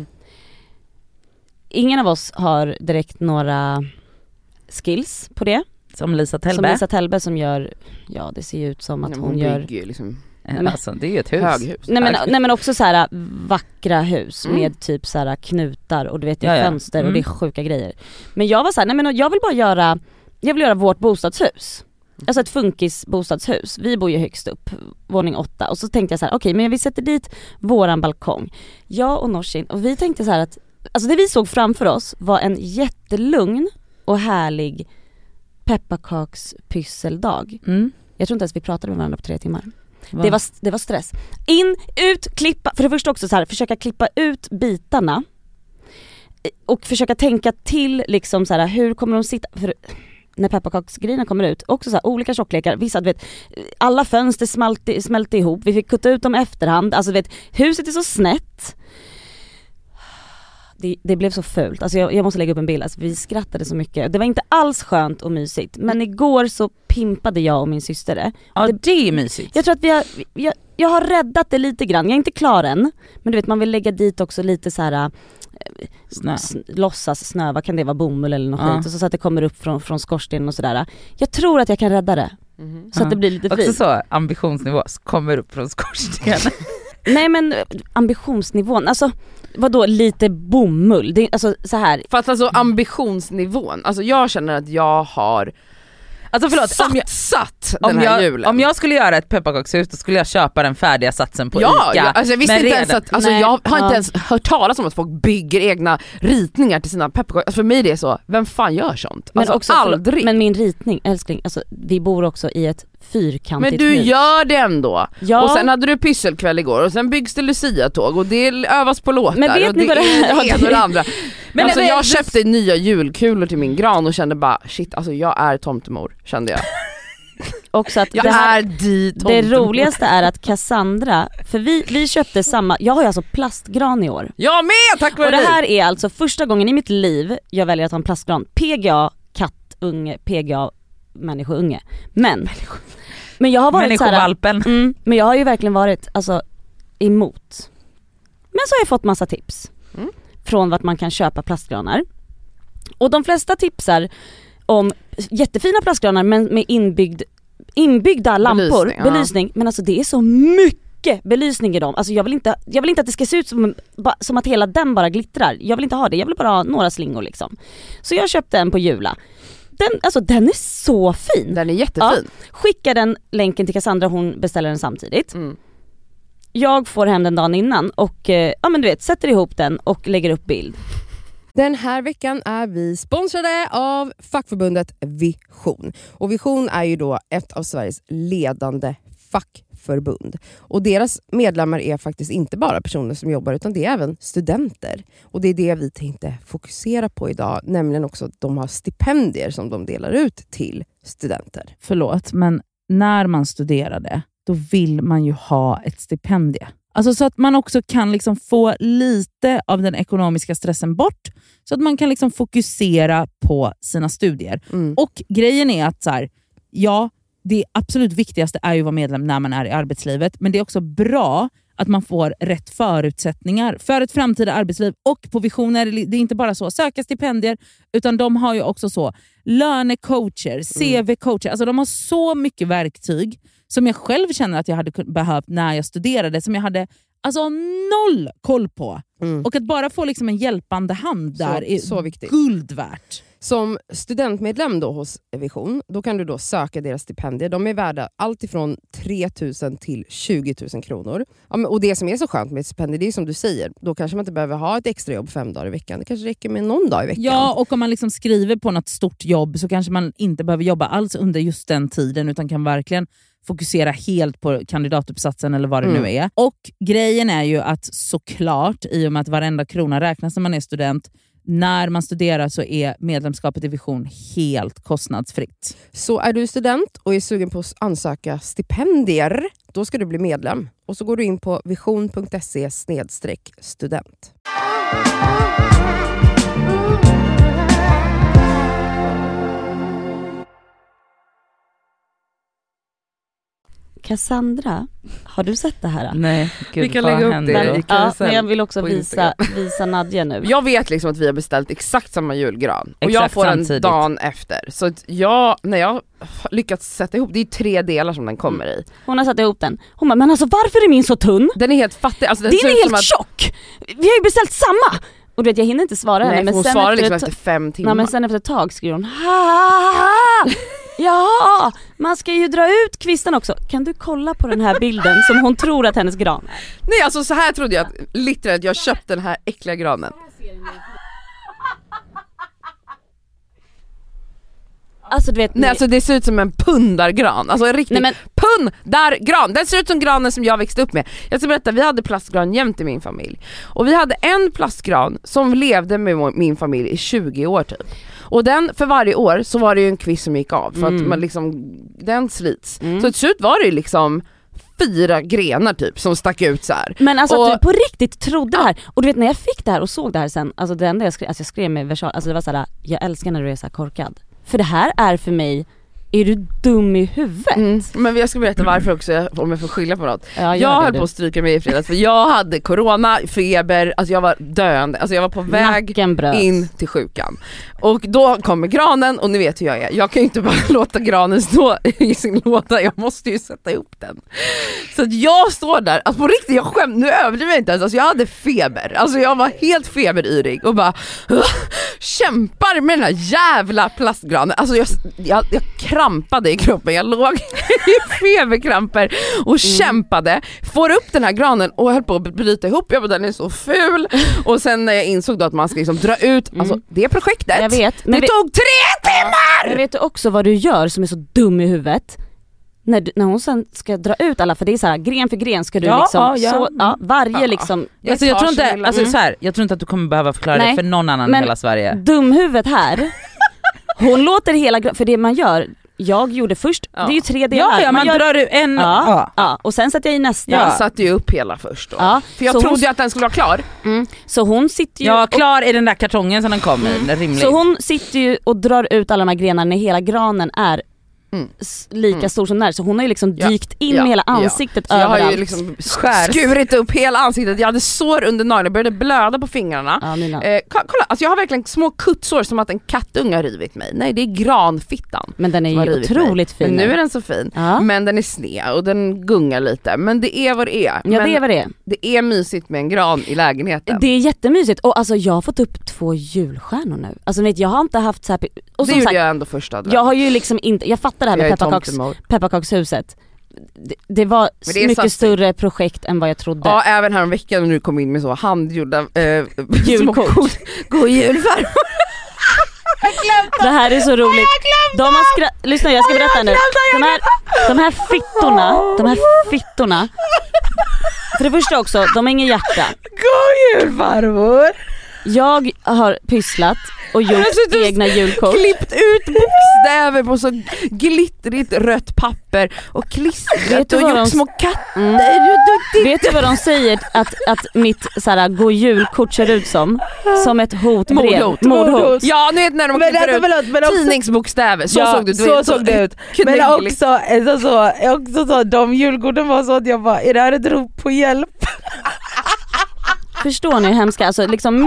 Ingen av oss har direkt några skills på det. Som Lisa Tellbe som gör, ja det ser ju ut som att hon gör liksom, alltså det är ju ett hus. Höghus. Nej men också så här vackra hus med typ så här knutar och du vet fönster och det är sjuka grejer. Men jag var så här, nej men jag vill göra vårt bostadshus. Alltså ett funkis bostadshus. Vi bor ju högst upp, våning 8. Och så tänkte jag så här, okej, men vi sätter dit våran balkong. Jag och Norsin, och vi tänkte så här att alltså det vi såg framför oss var en jättelugn och härlig pepparkakspysseldag. Jag tror inte ens vi pratade med varandra på 3 timmar. Det var stress. In, ut, klippa. För det första också så här, försöka klippa ut bitarna. Och försöka tänka till liksom så här, hur kommer de sitta... För när pepparkaksgrejerna kommer ut, också så här, olika tjocklekar. Vissa, du vet, alla fönster smälte ihop. Vi fick kutta ut dem efterhand. Alltså du vet, huset är så snett. Det blev så fult. Alltså jag måste lägga upp en bild. Alltså vi skrattade så mycket. Det var inte alls skönt och mysigt. Men igår så pimpade jag och min syster det. Ja, det är mysigt. Jag tror att jag har räddat det lite grann. Jag är inte klar än. Men du vet, man vill lägga dit också lite så här låtsas snö. Vad kan det vara? Bomull eller något skit. Och så att det kommer upp från skorstenen och sådär. Jag tror att jag kan rädda det. Så att det blir lite fint. Också så ambitionsnivå kommer upp från skorstenen. Nej men ambitionsnivån, alltså vadå lite bomull? Det är, alltså så här. Fast alltså ambitionsnivån, alltså jag känner att jag har satsat den här julen. Om jag skulle göra ett pepparkakshus då skulle jag köpa den färdiga satsen på Ica. Ja, alltså jag visste inte ens att, alltså jag har inte ens hört talas om att folk bygger egna ritningar till sina pepparkakor. Alltså för mig är det så, vem fan gör sånt? Men alltså också, aldrig. Men min ritning, älskling, alltså vi bor också i ett fyrkantigt men du hus. Gör det ändå. Ja. Och sen hade du pysselkväll igår och sen byggs det Lucia-tåg och det övas på låtar. Men vet ni vad det är? Det andra. Men alltså jag köpte nya julkulor till min gran och kände bara shit, alltså jag är tomtemor, kände jag. Också att det roligaste är att Cassandra, för vi köpte samma, jag har ju alltså plastgran i år. Jag med, tack vare dig. Och det här är alltså första gången i mitt liv jag väljer att ha en plastgran. PGA kattunge, PGA människounge. Men jag har varit människovalpen. Men jag har ju verkligen varit alltså emot. Men så har jag fått massa tips från vart man kan köpa plastgranar. Och de flesta tipsar om jättefina plastgranar men med inbyggda lampor, belysning. Men alltså det är så mycket belysning i dem. Alltså jag vill inte att det ska se ut som att hela den bara glittrar. Jag vill inte ha det, jag vill bara ha några slingor liksom. Så jag köpte en på Jula. Den är så fin. Den är jättefin. Ja, skicka den länken till Cassandra, hon beställer den samtidigt. Jag får hem den dagen innan och men du vet, sätter ihop den och lägger upp bild. Den här veckan är vi sponsrade av fackförbundet Vision. Och Vision är ju då ett av Sveriges ledande fackförbund förbund. Och deras medlemmar är faktiskt inte bara personer som jobbar, utan det är även studenter. Och det är det vi tänkte fokusera på idag, nämligen också att de har stipendier som de delar ut till studenter. Förlåt, men när man studerade, då vill man ju ha ett stipendie. Alltså så att man också kan liksom få lite av den ekonomiska stressen bort, så att man kan liksom fokusera på sina studier. Och grejen är att så här, ja, det absolut viktigaste är ju att vara medlem när man är i arbetslivet, men det är också bra att man får rätt förutsättningar för ett framtida arbetsliv. Och på Visioner, det är inte bara så söka stipendier, utan de har ju också så lönecoacher, CV-coacher. Alltså de har så mycket verktyg som jag själv känner att jag hade behövt när jag studerade, som jag hade alltså noll koll på. Och att bara få liksom en hjälpande hand där är så viktigt. Guld värt. Som studentmedlem då hos Vision, då kan du då söka deras stipendier. De är värda allt ifrån 3 000 till 20 000 kronor. Ja, och det som är så skönt med ett stipendier, det är som du säger, då kanske man inte behöver ha ett extra jobb 5 dagar i veckan. Det kanske räcker med någon dag i veckan. Ja, och om man liksom skriver på något stort jobb så kanske man inte behöver jobba alls under just den tiden, utan kan verkligen fokusera helt på kandidatuppsatsen eller vad det nu är. Och grejen är ju att såklart, i och med att varenda krona räknas när man är student, när man studerar så är medlemskapet i Vision helt kostnadsfritt. Så är du student och är sugen på att ansöka stipendier, då ska du bli medlem. Och så går du in på vision.se/student. Cassandra, har du sett det här? Nej, gud, vi kan lägga upp det. Men jag vill också visa Nadja nu. Jag vet liksom att vi har beställt exakt samma julgran. Och exakt jag får samtidigt. en dagen efter. Så att när jag lyckats sätta ihop, det är 3 delar som den kommer i. Hon har satt ihop den. Hon bara, men alltså varför är min så tunn? Den är helt fattig. Alltså, den din är helt tjock! Vi har ju beställt samma! Och du vet, jag hinner inte svara henne. Men hon svarar liksom efter 5 timmar. Nej, men sen efter ett tag skriver hon ja, man ska ju dra ut kvisten också. Kan du kolla på den här bilden som hon tror att hennes gran är? Nej, alltså så här trodde jag literally att jag köpt den här äckliga granen. Alltså du vet, nej, alltså det ser ut som en pundargran. Alltså en riktig pundargran. Den ser ut som granen som jag växte upp med. Jag ska berätta, vi hade plastgran jämt i min familj. Och vi hade en plastgran som levde med min familj i 20 år typ. Och den, för varje år så var det ju en kvist som gick av. För att man liksom, den slits. Så till slut var det ju liksom 4 grenar typ som stack ut så här. Men alltså att du på riktigt trodde det här. Och du vet, när jag fick det här och såg det här sen, alltså det enda jag skrev med versal, alltså det var så här: jag älskar när du är så här korkad. För det här är för mig, är du dum i huvudet? Men jag ska berätta varför också, om jag får skylla på något. Ja, jag höll på att stryka mig i fredags för jag hade corona, feber, alltså jag var döende, alltså jag var på väg in till sjukan. Och då kommer granen och ni vet hur jag är. Jag kan ju inte bara låta granen stå i sin låda, jag måste ju sätta ihop den. Så att jag står där, alltså på riktigt, jag skämt, nu överdriver jag inte ens, alltså jag hade feber, alltså jag var helt feberyrig och bara kämpar med den här jävla plastgranen. Alltså jag krampade i kroppen, jag låg i feberkramper och kämpade, får upp den här granen och höll på att bryta ihop. Jag bara, den är så ful. Och sen när jag insåg då att man ska liksom dra ut alltså det projektet, jag vet, det tog 3 timmar! Jag vet också vad du gör som är så dum i huvudet. När hon sen ska dra ut alla, för det är så här, gren för gren ska du varje liksom. Alltså jag tror inte, alltså så här, jag tror inte att du kommer behöva förklara det för någon annan i hela Sverige. Dumhuvudet här. Hon låter hela, för det man gör, jag gjorde först, det är ju 3 delar. Ja, man drar ut en. Och sen satte jag i nästa. Jag satte ju upp hela först då. Ja, för jag trodde ju att den skulle vara klar. Så hon sitter ju... Ja, klar i den där kartongen som den kom i. Rimligt. Så hon sitter ju och drar ut alla de här grenarna när hela granen är lika stor som den är. Så hon har ju liksom dykt in med hela ansiktet överallt. Jag har ju liksom skurit upp hela ansiktet. Jag hade sår under naglarna, började blöda på fingrarna. Kolla, alltså jag har verkligen små kuttsår som att en kattunge har rivit mig. Nej, det är granfittan. Men den är ju otroligt fin. Men nu är den så fin. Men den är sned och den gungar lite. Men det är vad det är. Ja, det är vad det är. Det är mysigt med en gran i lägenheten. Det är jättemysigt. Och alltså jag har fått upp 2 julstjärnor nu. Alltså vet, jag har inte haft så här... Och det gjorde jag ändå första advent. Jag har ju liksom inte... Jag fattar det här med pepparkakshuset. Det var mycket större projekt än vad jag trodde. Ja, även här om veckan när du kom in med så handgjorda julkort. God julfärg. Det här är så roligt. De har lyssna, jag ska berätta nu. De här fittorna. För det första också, de har ingen hjärta. God jul farmor. Jag har pysslat och gjort egna julkort. Klippt ut bokstäver på så glittrigt rött papper och klistrat och gjort små katter. Vet du vad de säger att mitt såhär gå julkort ser ut som? Som ett hotbrev. Mordhot. Ja, nu vet när de klipper ut tidningsbokstäver. Så såg det, så såg det ut. Men också så de julkorten var så att jag bara, är det här ett rop på hjälp? Förstår ni hur hemska? Alltså liksom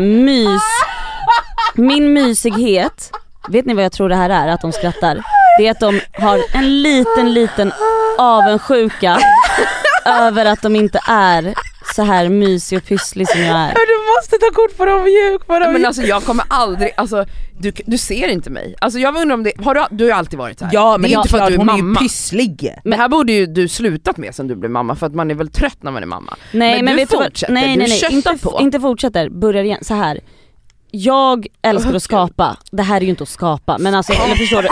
min mysighet. Vet ni vad jag tror det här är? Att de skrattar. Det är att de har en liten avundsjuka över att de inte är så här mysig och pysslig som jag är. Du måste ta kort på dem mjuk. Men alltså jag kommer aldrig, alltså du ser inte mig. Alltså jag undrar om det, du har ju alltid varit här. Ja, men det är inte för att du är hon mamma. är ju pysslig. Men här borde ju du slutat med sen du blev mamma, för att man är väl trött när man är mamma. Nej, men du vet du fortsätter, nej, du köttar på. Inte fortsätter, börjar igen så här. Jag älskar att skapa. Det här är ju inte att skapa, men alltså eller förstår du?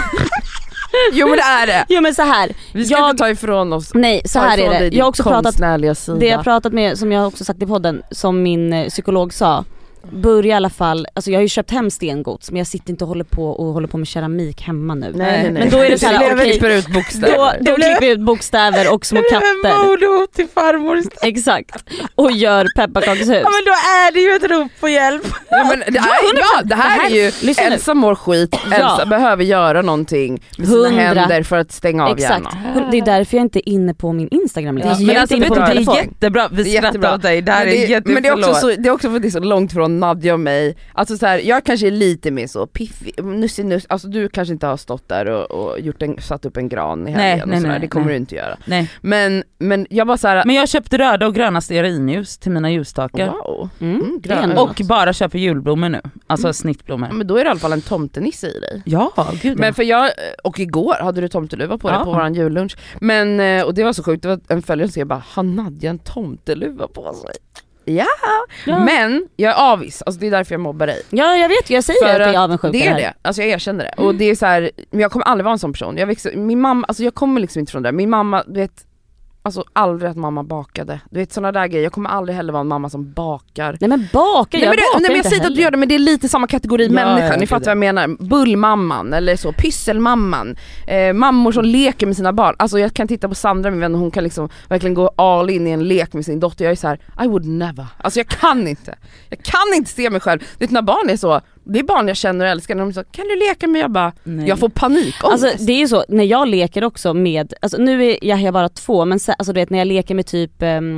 Jo men det är det. Jo men så här. Vi ska inte ta ifrån oss. Nej, så här är det. Jag har också pratat sida. Det jag pratat med, som jag också sagt i podden, som min psykolog sa. Börja i alla fall, alltså jag har ju köpt hem stengods, men jag sitter inte och håller på med keramik hemma nu. Nej. Men då är det så här, okej, klipper ut bokstäver. Då klipper vi ut bokstäver och små katter. Mordhot till farmor. Exakt. Och gör pepparkakshus. Ja men då är det ju ett rop på hjälp. Ja, men det här är ju Elsa mår skit. Elsa behöver göra någonting med sina händer för att stänga av hjärnan. Det är därför jag inte är inne på min Instagram längre. Men alltså det är jättebra. Vi skrattar åt dig. Det här är jättebra. Men det är också för att det är så långt från Nadja och mig. Alltså så här, jag kanske är lite mer så piffig, nuss. Alltså du kanske inte har stått där och satt upp en gran i helgen. Nej, det kommer du inte göra. Nej. Men jag bara så här. Men jag köpte röda och gröna stearinljus till mina ljusstakar. Wow. Och bara köper julblommor nu. Alltså snittblommor. Men då är det i alla fall en tomtenisse i dig. Ja, gud. Men för och igår hade du tomteluva på dig på våran jullunch. Men och det var så sjukt, det var en följare som skrev bara, har Nadja en tomteluva på sig? Ja, men jag är avis, alltså det är därför jag mobbar dig. Ja, jag vet, jag säger för att jag är avundsjuk. Det är det, alltså jag erkänner det. Och det är så här, men jag kommer aldrig vara en sån person. Min mamma, alltså jag kommer liksom inte från det. Min mamma, du vet, alltså aldrig att mamma bakade. Du vet såna där grejer. Jag kommer aldrig heller vara en mamma som bakar. Nej men bakar, jag säger att du gör det, men det är lite samma kategori människa. Ni fattar vad jag menar. Bullmamman eller så, pysselmamman. Mammor som leker med sina barn. Alltså jag kan titta på Sandra, min vän, och hon kan liksom verkligen gå all in i en lek med sin dotter. Jag är så här, I would never. Alltså jag kan inte se mig själv. Det är när barn är så, det är barn jag känner och älskar, när de så, kan du leka med? Jag bara, jag får panik. Alltså det är ju så, när jag leker också med, alltså nu är jag bara 2, men alltså du vet när jag leker med typ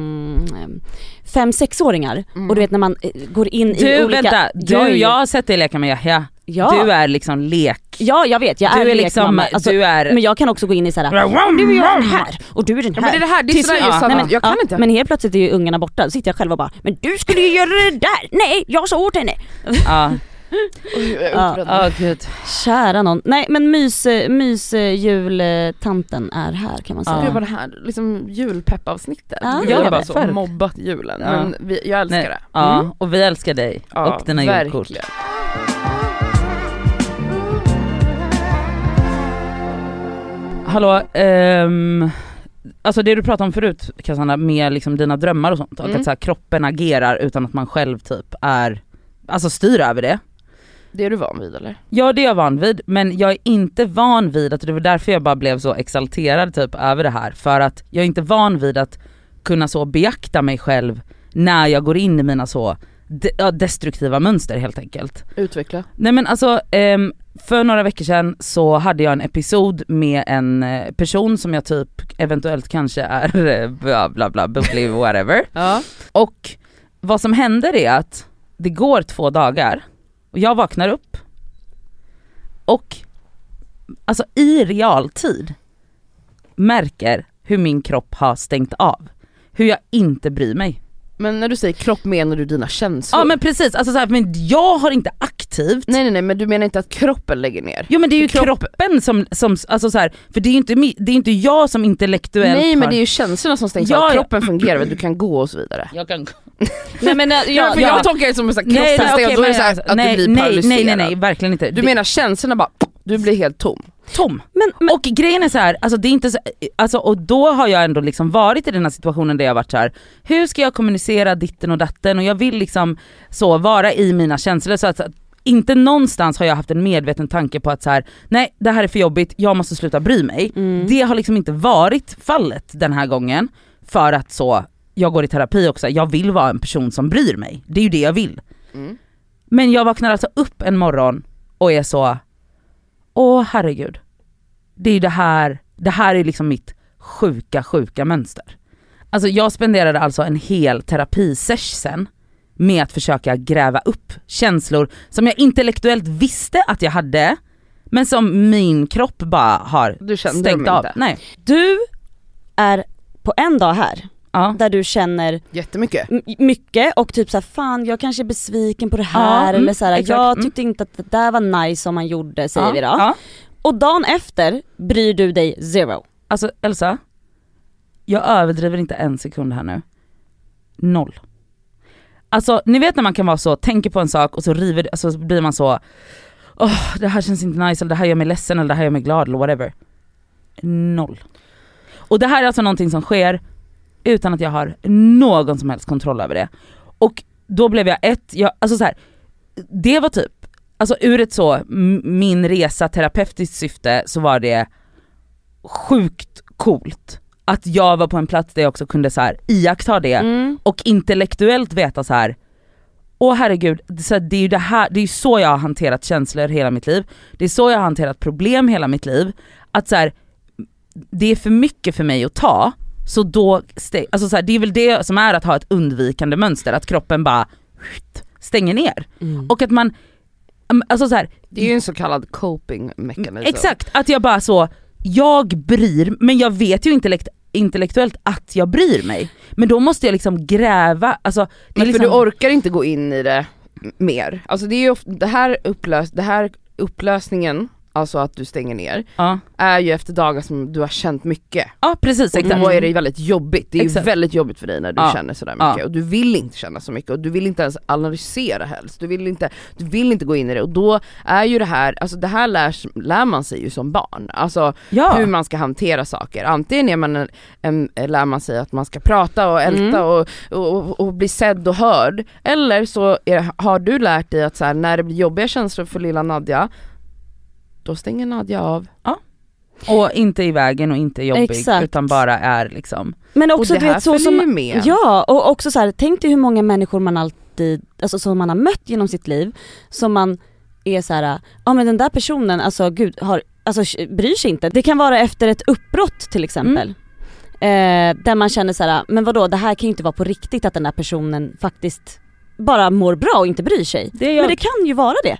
5-6-åringar och du vet när man går in i olika... Jag har sett dig leka med Yahya. Ja. Du är liksom lek. Ja, jag vet, jag är liksom, alltså, men jag kan också gå in i såhär, du är den här och du är den här. Ja, men det här, det är sådär just sant. Jag kan inte. Men helt plötsligt är ju ungarna borta, så sitter jag själv och bara, men du skulle ju göra det där. Nej, jag sa åt henne. Ja. Gud. Kära någon. Nej, men jultanten är här, kan man säga. Det var det här liksom julpeppavsnittet. Jag har bara så mobbat julen, men jag älskar det. Ja, och vi älskar dig och dina julkort. Hallå, alltså det du pratade om förut, Cassandra, med liksom dina drömmar och sånt, och att så här, kroppen agerar utan att man själv typ är, alltså styr över det. Det är du van vid, eller? Ja, det är jag van vid, men jag är inte van vid att, det var därför jag bara blev så exalterad typ över det här, för att jag är inte van vid att kunna så beakta mig själv när jag går in i mina så destruktiva mönster helt enkelt. Utveckla. Nej men alltså, för några veckor sedan så hade jag en episod med en person som jag typ eventuellt kanske är bla bla bubblig whatever. Ja. Och vad som händer är att det går 2 dagar och jag vaknar upp och alltså i realtid märker hur min kropp har stängt av. Hur jag inte bryr mig. Men när du säger kropp, menar du dina känslor? Ja men precis, alltså så här, men jag har inte aktivt. Nej, men du menar inte att kroppen lägger ner? Jo men det är ju kroppen som alltså så här, för det är inte jag som intellektuellt. Nej, men det är ju känslorna som stängs av. Kroppen fungerar, du kan gå och så vidare. Jag kan gå. Nej men jag tolkar det som en kroppssteg, och då är det så här att du blir paralyserad. Nej, verkligen inte. Du menar känslorna bara Du blir helt tom. Men Och grejen är så här, alltså det är inte så, alltså, och då har jag ändå liksom varit i den här situationen där jag varit så här: hur ska jag kommunicera ditten och datten, och jag vill liksom så vara i mina känslor, så att inte någonstans har jag haft en medveten tanke på att så här: nej det här är för jobbigt, jag måste sluta bry mig. Det har liksom inte varit fallet den här gången, för att så jag går i terapi också, jag vill vara en person som bryr mig, det är ju det jag vill. Men jag vaknar alltså upp en morgon och är så: åh herregud, det är ju det här är liksom mitt sjuka mönster. Alltså jag spenderade alltså en hel terapisession med att försöka gräva upp känslor som jag intellektuellt visste att jag hade, men som min kropp bara har stängt av. Nej. Du är på en dag här där du känner jättemycket mycket och typ så här: fan jag kanske är besviken på det här, eller så här, jag tyckte inte att det där var nice som man gjorde, säger vi då. Och dagen efter bryr du dig zero. Alltså Elsa, jag överdriver inte en sekund här nu. 0. Alltså ni vet när man kan vara så, tänker på en sak och så river, alltså, så blir man så: det här känns inte nice, eller det här gör mig ledsen, eller det här gör mig glad, eller whatever. 0. Och det här är alltså någonting som sker utan att jag har någon som helst kontroll över det. Och då blev alltså så här, det var typ, alltså ur ett så min resa terapeutiskt syfte, så var det sjukt coolt att jag var på en plats där jag också kunde så här iaktta det och intellektuellt veta så här: åh herregud, så det är ju det här, det är ju så jag har hanterat känslor hela mitt liv. Det är så jag har hanterat problem hela mitt liv. Att så här, det är för mycket för mig att ta, så då alltså så här, det är väl det som är att ha ett undvikande mönster, att kroppen bara stänger ner. Och att man, alltså så här, det är ju en så kallad coping mekanism. Exakt, att jag bara så, jag bryr, men jag vet ju intellektuellt att jag bryr mig, men då måste jag liksom gräva, alltså det är men för liksom, du orkar inte gå in i det mer. Alltså det är ju det här upplösningen, alltså att du stänger ner, är ju efter dagar som du har känt mycket. Ja precis, och då är det ju väldigt jobbigt. Det är ju väldigt jobbigt för dig när du känner sådär mycket, och du vill inte känna så mycket, och du vill inte ens analysera helst. Du vill inte gå in i det, och då är ju det här, alltså det här lär man sig ju som barn. Alltså hur man ska hantera saker. Antingen är man lär man sig att man ska prata och älta och bli sedd och hörd, eller så har du lärt dig att så här, när det blir jobbiga känslor för lilla Nadja, då stänger Nadja av. Ja. Och inte i vägen och inte jobbig. Exakt. Utan bara är liksom. Men också och det här så som med. Ja, och också så här, tänk dig hur många människor man alltid, alltså som man har mött genom sitt liv, som man är så här: men den där personen, alltså gud, bryr sig inte. Det kan vara efter ett uppbrott till exempel. Där man känner så här: men vadå, det här kan ju inte vara på riktigt att den där personen faktiskt bara mår bra och inte bryr sig. Men det kan ju vara det.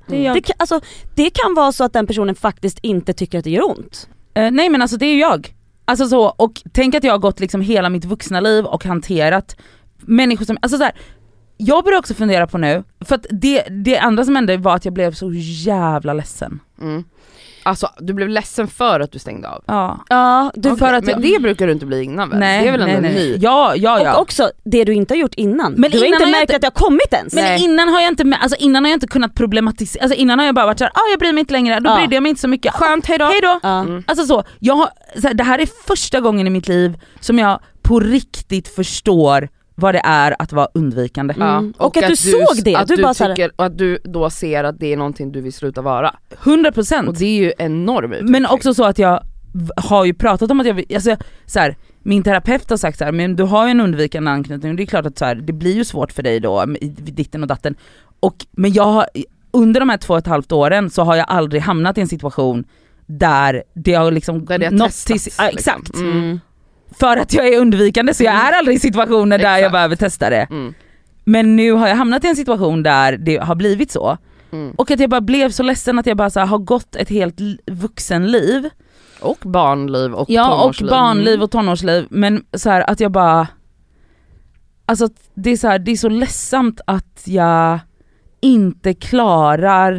Det kan vara så att den personen faktiskt inte tycker att det gör ont. Nej men alltså det är ju jag. Alltså så, och tänk att jag har gått liksom hela mitt vuxna liv och hanterat människor som, alltså så här, jag börjar också fundera på nu, för att det andra som hände var att jag blev så jävla ledsen. Alltså du blev ledsen för att du stängde av. Ja, men det brukar du inte bli innan väl? Nej, det är väl ändå ny. Ja. Och också det du inte har gjort innan. Men du har inte märkt att det har kommit ens. Men innan har jag inte kunnat problematisera. Alltså innan har jag bara varit såhär: jag bryr mig inte längre. Då brydde jag mig inte så mycket. Skönt, hejdå. Alltså så, det här är första gången i mitt liv som jag på riktigt förstår vad det är att vara undvikande. Och att du såg det. Att du bara tycker, och att du då ser att det är någonting du vill sluta vara. 100%. Och det är ju enorm utveckling. Men också så att jag har ju pratat om att jag vill, alltså, så här, min terapeut har sagt så här: men du har ju en undvikande anknytning, och det är klart att så här, det blir ju svårt för dig då med ditten och datten. Men jag har, under de här 2,5 åren så har jag aldrig hamnat i en situation där det har liksom där det har testats, exakt. För att jag är undvikande, så jag är aldrig i situationer där jag behöver testa det. Men nu har jag hamnat i en situation där det har blivit så. Och att jag bara blev så ledsen att jag bara så här, har gått ett helt vuxenliv. Och barnliv och tonårsliv. Ja, och barnliv och tonårsliv. Men så här, att jag bara, alltså det är så här, det är så ledsamt att jag inte klarar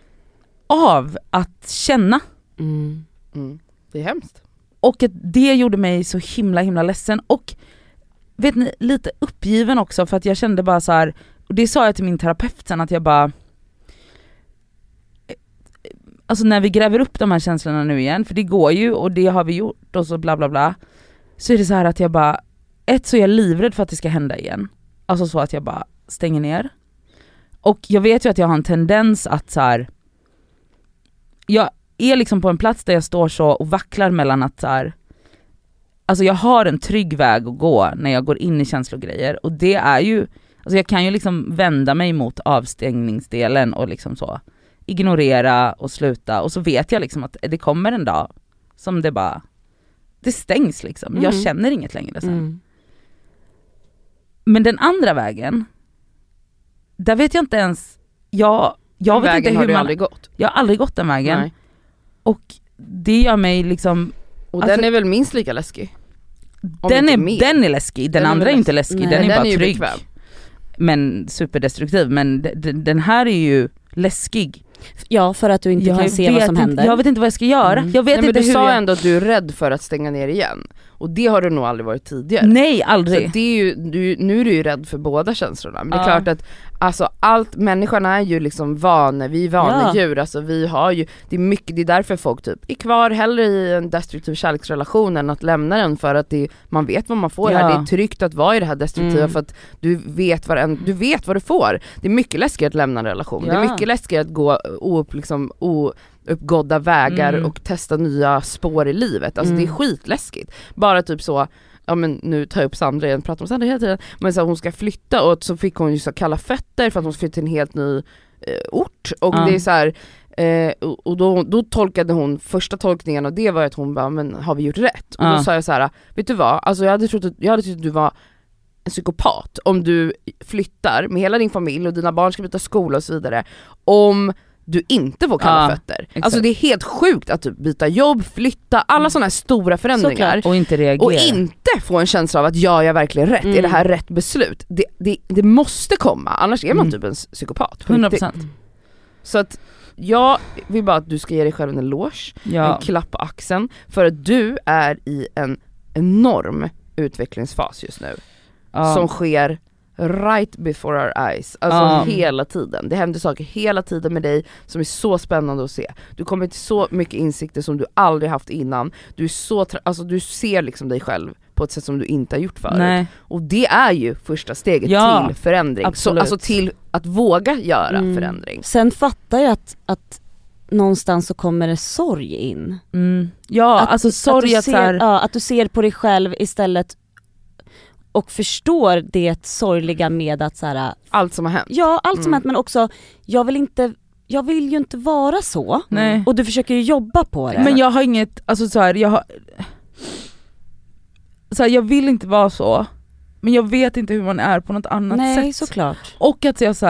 av att känna. Det är hemskt. Och att det gjorde mig så himla ledsen. Och vet ni, lite uppgiven också, för att jag kände bara så här, och det sa jag till min terapeut sen, att jag bara, alltså när vi gräver upp de här känslorna nu igen, för det går ju och det har vi gjort och så bla bla bla, så är det så här att jag bara, så är jag livrädd för att det ska hända igen. Alltså så att jag bara stänger ner. Och jag vet ju att jag har en tendens att så här, jag är liksom på en plats där jag står så och vacklar mellan att så här, alltså jag har en trygg väg att gå när jag går in i känslogrejer, och det är ju, alltså jag kan ju liksom vända mig mot avstängningsdelen och liksom så ignorera och sluta, och så vet jag liksom att det kommer en dag som det stängs liksom. Jag känner inget längre sen. Men den andra vägen, där vet jag inte ens, jag vet inte hur har du man, aldrig gått. Jag har aldrig gått den vägen. Nej. Och det gör mig liksom, och alltså, den är väl minst lika läskig. Den är läskig, den andra är inte läskig. Nej, den är den bara är trygg. bekväm. Men superdestruktiv, men den här är ju läskig. Ja, för att du inte kan se vad som händer. Jag vet inte vad jag ska göra. Jag vet inte men du hur sa ändå att du är rädd för att stänga ner igen. Och det har du nog aldrig varit tidigare. Nej, aldrig. Så det är ju, nu är du ju rädd för båda känslorna. Men det är klart att alltså, människan är ju liksom vi är vanedjur. Alltså, vi har ju, det är därför folk typ är kvar hellre i en destruktiv kärleksrelation än att lämna den, för att man vet vad man får här. Det är tryggt att vara i det här destruktiva för att du vet vad du får. Det är mycket läskigt att lämna en relation. Det är mycket läskigt att gå ouppgådda vägar och testa nya spår i livet. Alltså det är skitläskigt. Bara typ så, ja men nu tar jag upp Sandra igen, pratar om Sandra hela tiden, men så hon ska flytta och så fick hon ju så kalla fötter för att hon flyttade till en helt ny ort, och det är så här, och då tolkade hon, första tolkningen och det var att hon bara, men har vi gjort rätt? Och då sa jag så här, vet du vad, alltså jag hade trott att du var en psykopat om du flyttar med hela din familj och dina barn ska byta skola och så vidare, om du inte får kalla fötter. Exakt. Alltså det är helt sjukt att typ byta jobb, flytta, alla sådana här stora förändringar. Såklart. Och inte reagera. Och inte få en känsla av att jag verkligen rätt, är det här rätt beslut? Det måste komma, annars är man typ en psykopat. 100%. Så att jag vill bara att du ska ge dig själv en eloge, en klapp på axeln, för att du är i en enorm utvecklingsfas just nu. Som sker right before our eyes. Alltså hela tiden. Det händer saker hela tiden med dig som är så spännande att se. Du kommer till så mycket insikter som du aldrig haft innan. Du är så du ser liksom dig själv på ett sätt som du inte har gjort förut. Nej. Och det är ju första steget till förändring. Så, alltså till att våga göra förändring. Sen fattar jag att någonstans så kommer det sorg in. Ja, alltså sorg att du ser på dig själv istället och förstår det sorgliga med att så här, allt som har hänt. Ja, allt som har hänt, men också jag vill ju inte vara så. Nej. Och du försöker ju jobba på det. Men jag har inget, alltså jag vill inte vara så, men jag vet inte hur man är på något annat sätt. Nej, såklart. Och att jag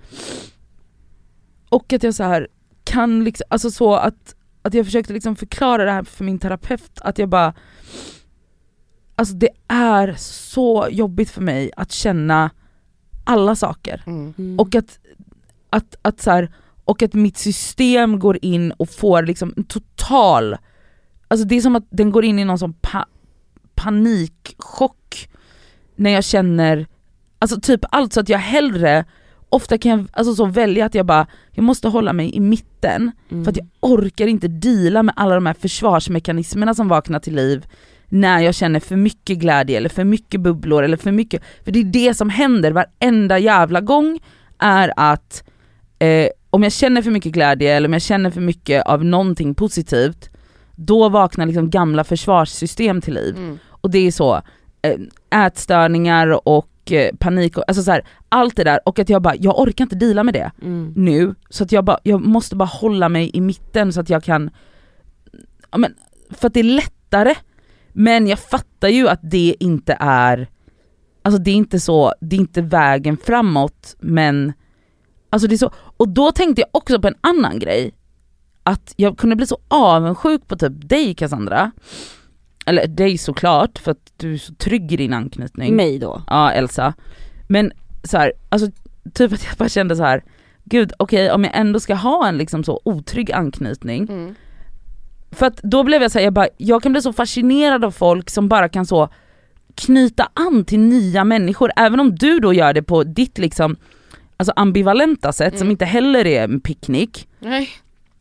kan liksom, alltså så att jag försökte liksom förklara det här för min terapeut, att jag bara, alltså det är så jobbigt för mig att känna alla saker. Och att så här, och att mitt system går in och får liksom en total, alltså det är som att den går in i någon sån panikchock när jag känner, alltså typ allt, så att jag hellre, ofta kan jag alltså så välja att jag måste hålla mig i mitten för att jag orkar inte deala med alla de här försvarsmekanismerna som vaknar till liv när jag känner för mycket glädje eller för mycket bubblor eller för mycket, för det är det som händer varenda jävla gång, är att om jag känner för mycket glädje eller om jag känner för mycket av någonting positivt, då vaknar liksom gamla försvarssystem till liv. Och det är så ätstörningar och panik och, alltså så här, allt det där, och att jag orkar inte deala med det nu, så att jag måste bara hålla mig i mitten så att jag kan, ja, men för att det är lättare. Men jag fattar ju att det inte är, alltså det är inte så, det är inte vägen framåt, men alltså det är så. Och då tänkte jag också på en annan grej, att jag kunde bli så avundsjuk på typ dig, Cassandra, eller dig såklart, för att du är så trygg i din anknytning. Mig då? Ja, Elsa. Men så här, alltså typ att jag bara kände så här, gud, okej, om jag ändå ska ha en liksom så otrygg anknytning, för att då blev jag så här, jag kan bli så fascinerad av folk som bara kan så knyta an till nya människor, även om du då gör det på ditt liksom, alltså ambivalenta sätt som inte heller är en picknick. Nej.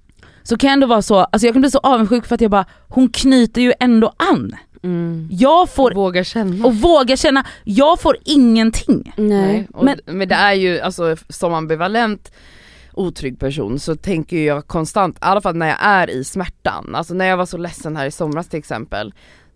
så kan jag ändå vara så, alltså jag kan bli så avundsjuk för att jag bara, hon knyter ju ändå an. Jag får våga känna, jag får ingenting. Nej. Men det är ju, alltså som ambivalent otrygg person så tänker jag konstant, i alla fall när jag är i smärtan, alltså när jag var så ledsen här i somras till exempel,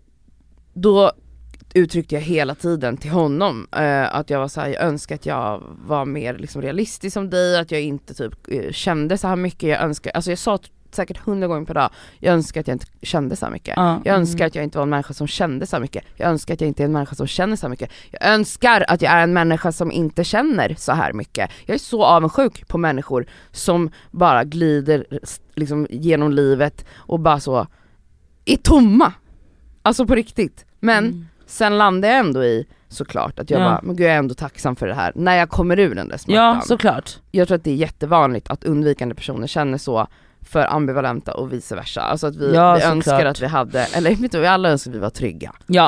då uttryckte jag hela tiden till honom att jag var så här, jag önskar att jag var mer liksom realistisk som dig, att jag inte typ kände så här mycket, jag önskar, alltså jag sa säkert 100 gånger per dag, jag önskar att jag inte kände så här mycket. Jag önskar att jag inte var en människa som kände så här mycket. Jag önskar att jag inte är en människa som känner så här mycket. Jag önskar att jag är en människa som inte känner så här mycket. Jag är så avundsjuk på människor som bara glider liksom genom livet och bara så är tomma. Alltså på riktigt. Men sen landar jag ändå i såklart att jag bara, men gud, jag är ändå tacksam för det här när jag kommer ur den där smärtan. Ja, såklart. Jag tror att det är jättevanligt att undvikande personer känner så för ambivalenta och vice versa. Alltså att vi önskar att vi hade, eller vet vi alla önskar att vi var trygga. Ja,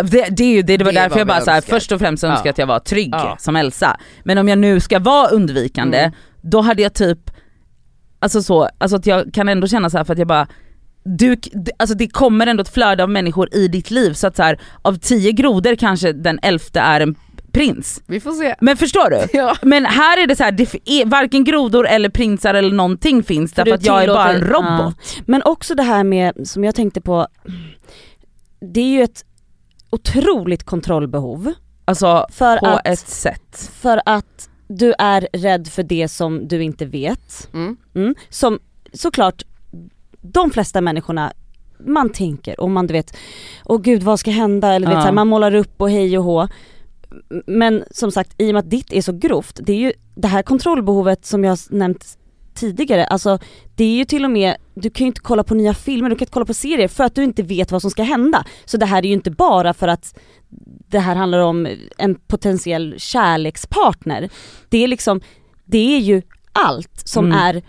det var därför jag bara så här, först och främst önskar att jag var trygg som Elsa. Men om jag nu ska vara undvikande, då hade jag typ alltså att jag kan ändå känna så här, för att jag bara alltså det kommer ändå ett flöde av människor i ditt liv, så att så här, av 10 grodor kanske den 11:e är en prins. Vi får se. Men förstår du? Ja. Men här är det så här, det är varken grodor eller prinsar eller någonting finns, därför att jag är bara en robot. Ja. Men också det här med, som jag tänkte på, det är ju ett otroligt kontrollbehov. Alltså på ett sätt. För att du är rädd för det som du inte vet. Som såklart de flesta människorna, man tänker och man, du vet, åh gud, vad ska hända, eller vet, så här, man målar upp och hej och hå. Men som sagt, i och med att ditt är så grovt, det är ju det här kontrollbehovet som jag nämnt tidigare, alltså det är ju till och med, du kan ju inte kolla på nya filmer, du kan inte kolla på serier för att du inte vet vad som ska hända. Så det här är ju inte bara för att det här handlar om en potentiell kärlekspartner. Det är liksom, det är ju allt som är,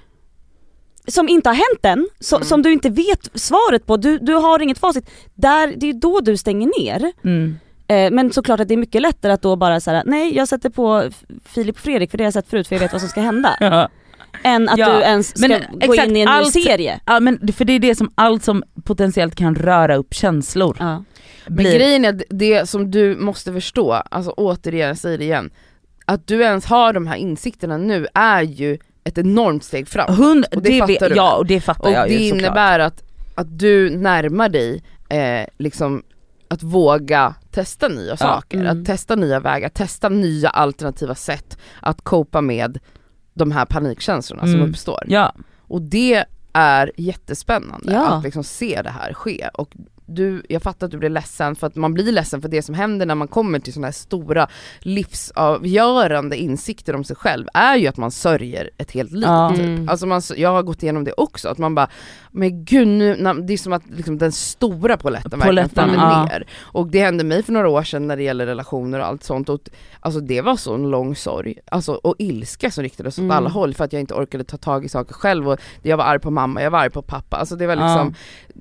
som inte har hänt än, som du inte vet svaret på, du har inget facit. Där, det är då du stänger ner. Men såklart att det är mycket lättare att då bara säga, nej, jag sätter på Filip och Fredrik för det har jag sett förut, för jag vet vad som ska hända. Än att du ens ska gå in i en ny serie. Ja, men för det är det som allt som potentiellt kan röra upp känslor. Men grejen är det som du måste förstå, alltså återigen, säger det igen, att du ens har de här insikterna nu är ju ett enormt steg fram. Och det fattar du. Ja, och det fattar jag ju. Och det innebär att du närmar dig liksom att våga testa nya saker, att testa nya vägar, testa nya alternativa sätt att copa med de här panikkänslorna som uppstår. Ja. Och det är jättespännande att liksom se det här ske. Och jag fattar att du blir ledsen, för att man blir ledsen för det som händer när man kommer till sådana här stora livsavgörande insikter om sig själv är ju att man sörjer ett helt liv. Typ. Alltså jag har gått igenom det också, att man bara, men gud, nu, det är som att liksom, den stora polletten verkligen faller ner. Och det hände mig för några år sedan när det gäller relationer och allt sånt. Och, alltså det var så en lång sorg, alltså, och ilska som riktades åt alla håll för att jag inte orkade ta tag i saker själv. Och jag var arg på mamma, jag var arg på pappa. Alltså det var liksom...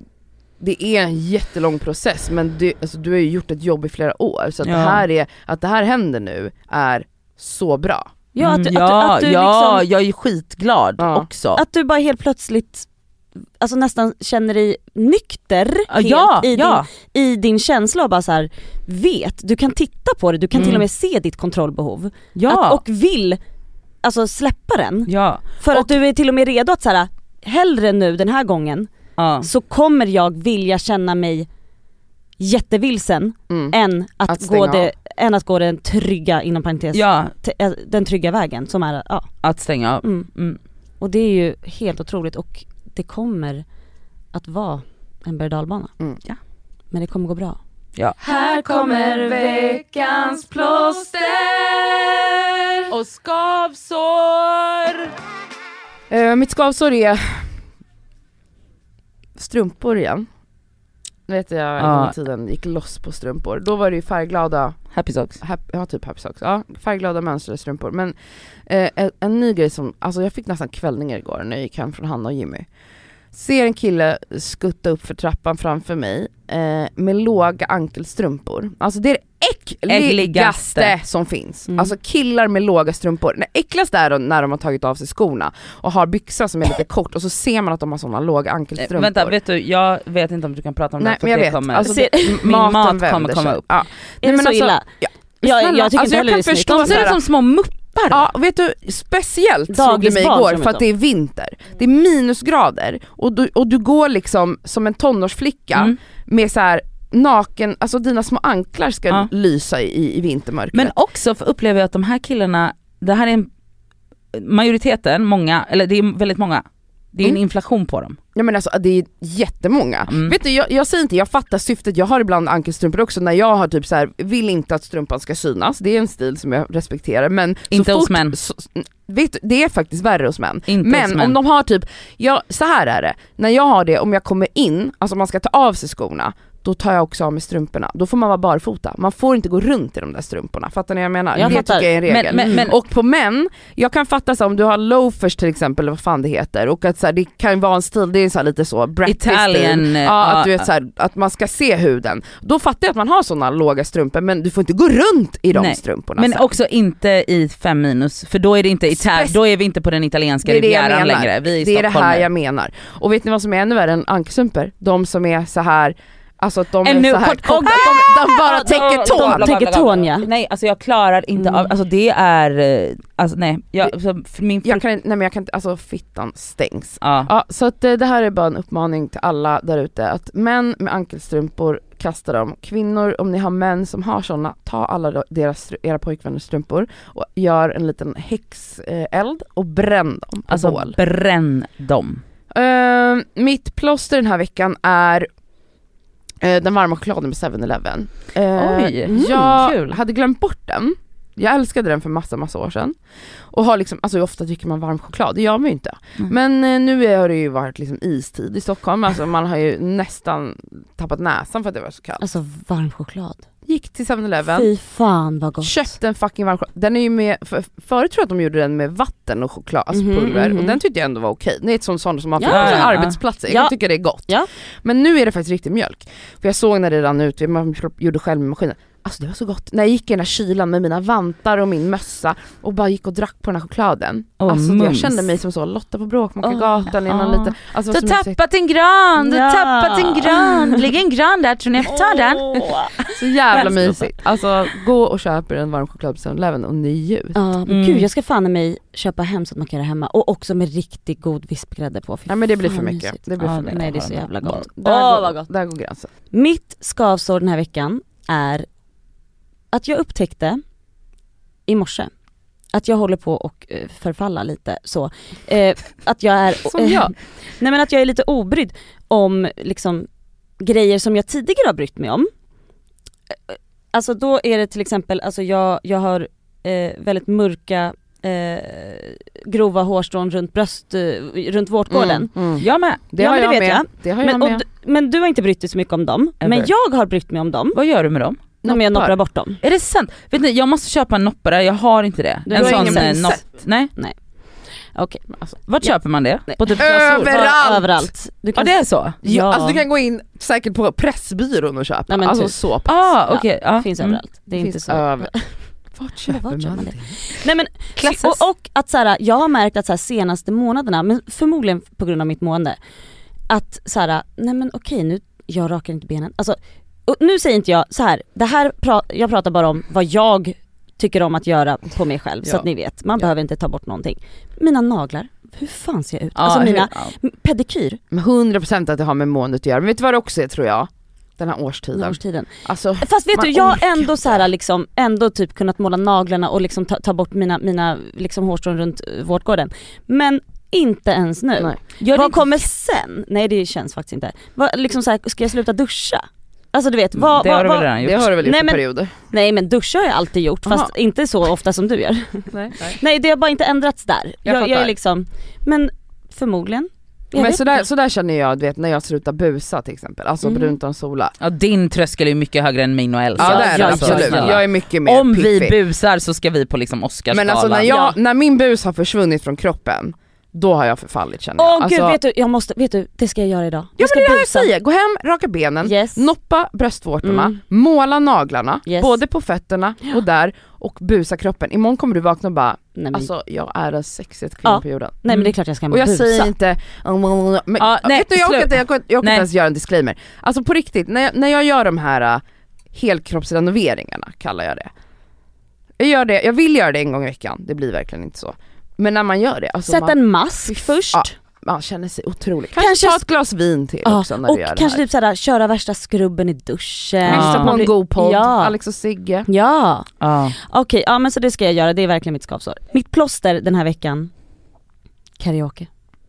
Det är en jättelång process, men du har ju gjort ett jobb i flera år, så att det här händer nu är så bra. Ja, att du liksom, jag är skitglad också. Att du bara helt plötsligt alltså nästan känner dig nykter i din känsla och bara så här, du kan titta på det, du kan till och med se ditt kontrollbehov och vill alltså släppa den. För att du är till och med redo att så här, hellre nu den här gången så kommer jag vilja känna mig jättevilsen än att gå den trygga, inom parentes, den trygga vägen som är att stänga av. Och det är ju helt otroligt, och det kommer att vara en berg- och dalbana. Men det kommer gå bra. Här kommer veckans plåster och skavsår. Mitt skavsår är strumpor igen. Vet jag en gång i tiden gick loss på strumpor. Då var det ju färgglada Happy Socks. Typ Happy Socks. Ja, färgglada mönstrade strumpor. Men en ny grej som, alltså jag fick nästan kvällningar igår när jag gick hem från Hanna och Jimmy. Ser en kille skutta upp för trappan framför mig med låga ankelstrumpor. Alltså det är det äckligaste som finns. Alltså killar med låga strumpor. Det äckligaste är när de har tagit av sig skorna och har byxor som är lite kort och så ser man att de har såna låga ankelstrumpor. Vänta, vet du, jag vet inte om du kan prata om det. Nej, men jag vet. Kommer, alltså, min mat kommer komma upp. Ja. Är det så illa? Jag tycker inte heller det är snyggt. De ser ut som små muppar. Ja, vet du, speciellt såg det mig igår för att det är vinter. Det är minusgrader och du går liksom som en tonårsflicka med så här naken, alltså dina små anklar ska lysa i vintermörkret. Men också upplever jag att de här killarna, det här är en majoriteten, många, eller det är väldigt många. Det är en inflation på dem. Ja men alltså det är jättemånga. Vet du, jag säger inte, jag fattar syftet. Jag har ibland ankelstrumpor också när jag har typ så här, vill inte att strumpan ska synas. Det är en stil som jag respekterar. Men inte så hos fort, män. Vet du, det är faktiskt värre hos män. Inte hos män. Om de har typ, så här är det. När jag har det, om jag kommer in, alltså man ska ta av sig skorna, då tar jag också av med strumporna. Då får man vara barfota. Man får inte gå runt i de där strumporna. Fattar ni vad jag menar? Jag det fattar. tycker jag är en regel. Men, och på män, jag kan fatta så om du har loafers till exempel, eller vad fan det heter, och att så här, det kan vara en stil, det är så här, lite så Italian, att du vet så här, att man ska se huden. Då fattar jag att man har såna låga strumpor, men du får inte gå runt i de strumporna. Men sen. också inte i 5-, för då är det inte då är vi inte på den italienska rivieran längre. Vi är i det är det här nu. jag menar. Och vet ni vad som är ännu värre än ankelstrumpor? De som är så här. Alltså att de är nu, så här, de bara täcker tån. De täcker tån, ja. Nej, alltså jag klarar inte av, alltså det är, alltså nej, jag kan inte, alltså fittan stängs. Ja, så att det här är bara en uppmaning till alla där ute, att män med ankelstrumpor, kasta dem. Kvinnor, om ni har män som har såna, ta alla era pojkvänners strumpor och gör en liten häxeld och bränn dem på alltså bål. Bränn dem. Mitt plåster den här veckan är den varma chokladen med 7-Eleven. Jag kul. hade glömt bort den. Jag älskade den för massa år sedan. Och har liksom, alltså ofta dricker man varm choklad, det gör man ju inte. Men nu har det ju varit liksom istid i Stockholm. Alltså man har ju nästan tappat näsan för att det var så kallt. Alltså varm choklad. Gick till 7-Eleven. Fy fan vad gott. Köpte en fucking varm choklad. Den är ju med, förut tror jag att de gjorde den med vatten och choklad, alltså pulver. Och den tyckte jag ändå var okej. Det är ett sånt som man får på arbetsplatser. Jag tycker det är gott. Ja. Men nu är det faktiskt riktig mjölk. För jag såg när det rann ut, man gjorde själv med maskinen. Alltså det var så gott. När jag gick i den här kylan med mina vantar och min mössa och bara gick och drack på den här chokladen. Alltså jag kände mig som så Lotta på Bråkmakargatan innan lite. Alltså, du har tappat en gran, Det ligger en gran där, tror ni jag får ta den? Så jävla mysigt. Alltså gå och köpa en varm choklad på 7-Eleven och njut. Ja, men gud, jag ska fan i mig köpa hem så att man kan göra hemma. Och också med riktigt god vispgrädde på. Nej men det blir för mycket. Det blir för mycket. Nej, det är så jävla gott. Vad gott. Där går gränsen. Mitt skavsår den här veckan är att jag upptäckte i morse att jag håller på och förfalla lite så. Att jag är nej men att jag är lite obrydd om liksom grejer som jag tidigare har brytt mig om. Alltså då är det till exempel, alltså jag har väldigt mörka grova hårstrån runt runt vårtgården. Jag med. Det har jag med. Men du har inte brytt dig så mycket om dem. Men jag har brytt mig om dem. Vad gör du med dem? Om jag nopprar bort dem. Är det sant? Vet ni, jag måste köpa en noppare, jag har inte det. Du har ingen Nej. Okej. Alltså, vart köper man det? På typ överallt. Du kan... det är så? Ja. Alltså du kan gå in säkert på Pressbyrån och köpa. Ja, men alltså typ. Så pass. Det finns överallt. Det är inte så. Vart köper man det? Nej men och att så här, jag har märkt att så här, senaste månaderna, men förmodligen på grund av mitt mående, att så här, nej men okej, nu jag rakar inte benen. Alltså och nu säger inte jag så här, jag pratar bara om vad jag tycker om att göra på mig själv, så att ni vet. Man behöver inte ta bort någonting. Mina naglar, hur fan ser jag ut? Alltså mina pedikyr. 100% att det har med måendet att göra. Men vet du vad det också är, tror jag? Den här årstiden. Alltså, fast vet du, jag har ändå så här, liksom, ändå typ kunnat måla naglarna och liksom ta bort mina liksom hårstrån runt vårtgården. Men inte ens nu. Vad kommer sen? Nej, det känns faktiskt inte. Liksom så här, ska jag sluta duscha? Alltså du vet, det har du väl redan gjort? Det har du väl gjort i perioder? Nej men duscha har jag alltid gjort, fast inte så ofta som du gör. Nej, det har bara inte ändrats där. Jag är liksom, men förmodligen. Men så där känner jag, du vet, när jag slutar busa till exempel, alltså brunt och sola. Ja, din tröskel är mycket högre än min och Elsa. Ja, det är det, absolut. Jag är mycket mer om piffig. Vi busar så ska vi på liksom Oscarsgalan. Men alltså när min bus har försvunnit från kroppen, då har jag förfallit känner jag. Gud, vet du, det ska jag göra idag. Ja, men det är det jag säger. Gå hem, raka benen, Yes. noppa bröstvårtorna, måla naglarna, Yes. både på fötterna och där, och busa kroppen. Imorgon kommer du vakna och bara, Nej, men, alltså jag är den sexigaste kvinnan på jorden. nej men det är klart jag ska Och jag busa. säger inte, men, nej, vet du, jag orkar inte Nej. ens göra en disclaimer. Alltså på riktigt, när jag gör de här helkroppsrenoveringarna, kallar jag det. Jag vill göra det en gång i veckan, det blir verkligen inte så. Men när man gör det, alltså Sätt en mask först. Ja, man känner sig otrolig. Kanske ta ett glas vin till också när och du gör det kanske här. typ såhär, köra värsta skrubben i duschen. Lyssna på Man en blir- god podd, Ja. Alex och Sigge. Ja. Ja. Okej, ja men så det ska jag göra, det är verkligen mitt skavsår. Mitt plåster den här veckan, karaoke.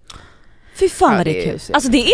Fy fan Ja, vad det det är är kul. så Alltså det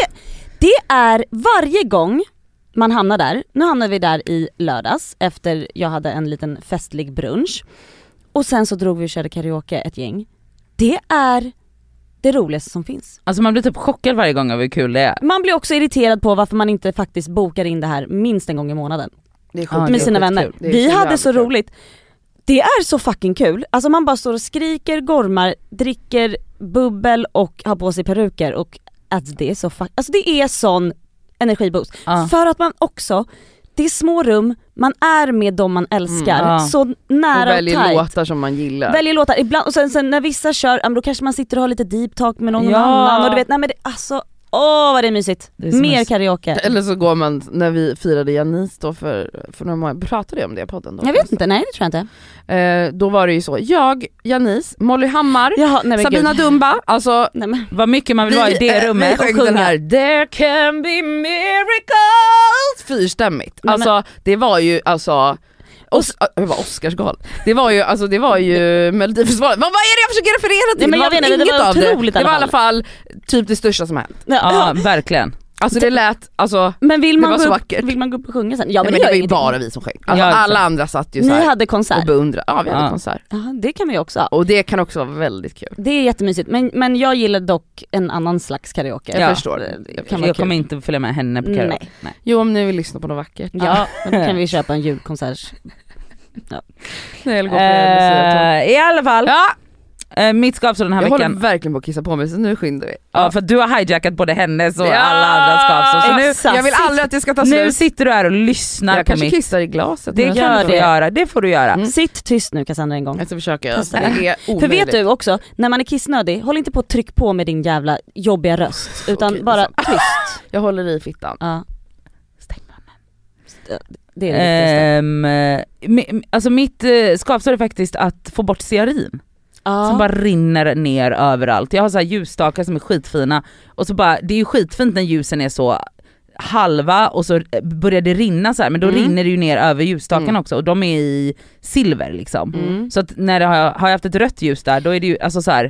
är varje gång man hamnar där. Nu hamnade vi där i lördags efter jag hade en liten festlig brunch. Och sen så drog vi och körde karaoke ett gäng. Det är det roligaste som finns. Alltså man blir typ chockad varje gång av hur kul det är. Man blir också irriterad på varför man inte faktiskt bokar in det här minst en gång i månaden. Det är Ja, det är Med sina skitkul. vänner. Det är Vi hade jävligt så kul. roligt. Det är så fucking kul. Alltså man bara står och skriker, gormar, dricker bubbel och har på sig peruker och alltså det är så alltså det är sån energiboost. Ja. För att man också, det är små rum, man är med dem man älskar, ja. så Och nära och väljer tajt. låtar som man gillar. Väljer låtar, ibland, och sen när vissa kör, då kanske man sitter och har lite deep talk med någon Ja. annan och du vet, nej men det, alltså, vad det är mysigt. Det är så Mer mysigt. karaoke. Eller så går man, när vi firade Janice då för några månader, pratade jag om det i podden då? Jag vet inte, nej det tror jag inte. Då var det ju så, jag, Janice, Molly Hammar, Jaha, nej men Sabina gud. Dumba, alltså Nej men, Vad mycket man vill vara i det rummet. vi sjöng och den sjunga. här There can be miracles, fyrstämmigt. Nej, men- Alltså det var ju alltså det var Oscarsgal. Det var ju Melodifestivalen. Vad är det jag försöker referera till? Nej, men jag var vet inte, det inget var av otroligt det. i Det var i alla alla fall typ det största som hänt. Ja, verkligen. Alltså det lät, alltså men vill Det man, var gå så upp, vackert. vill man gå upp och sjunga sen? Ja ja, men men det gör var ju ingenting. bara vi som sjöng. Alltså, Ja, alla exakt. andra satt ju Ni så här hade och konsert? beundrade. Ja, vi hade Ja. konsert. Ja, det kan vi också ha. Och det kan också vara väldigt kul. Det är jättemysigt, men jag gillar dock en annan slags karaoke. Jag förstår. Det kan vara Jag kul. kommer inte följa med henne på karaoke. Nej. Jo, om ni vill lyssna på något vackert. Ja, men då kan vi köpa en julkonsert. Nej, eller gå på Lucia-tåg. I alla fall, Ja, mitt skavsår den här jag håller veckan. verkligen på att kissa på mig så nu skyndar vi. Ja, för du har hijackat både hennes och Ja! alla andra skavsår. Så nu, Exakt. Jag vill aldrig att det ska ta nu slut. sitter du här och lyssnar Jag på kanske mitt. kissar i glaset. Det men kan jag du ska få det. göra, det får du göra. Mm. Sitt tyst nu Cassandra en gång. Jag ska försöka. Testa Det är För omöjligt. vet du också, när man är kissnödig, håll inte på att tryck på med din jävla jobbiga röst. Utan Okej, bara det är tyst. Jag håller i fittan. Ja. Stäng munnen. Det är det viktigaste. Alltså mitt skavsår är faktiskt att få bort stearin. Ja. Som bara rinner ner överallt. Jag har så här ljusstakar som är skitfina och så bara, det är ju skitfint när ljusen är så halva och så börjar det rinna så här, men då rinner det ju ner över ljusstakarna också och de är i silver liksom. Så att när det har jag haft ett rött ljus där, då är det ju alltså så här.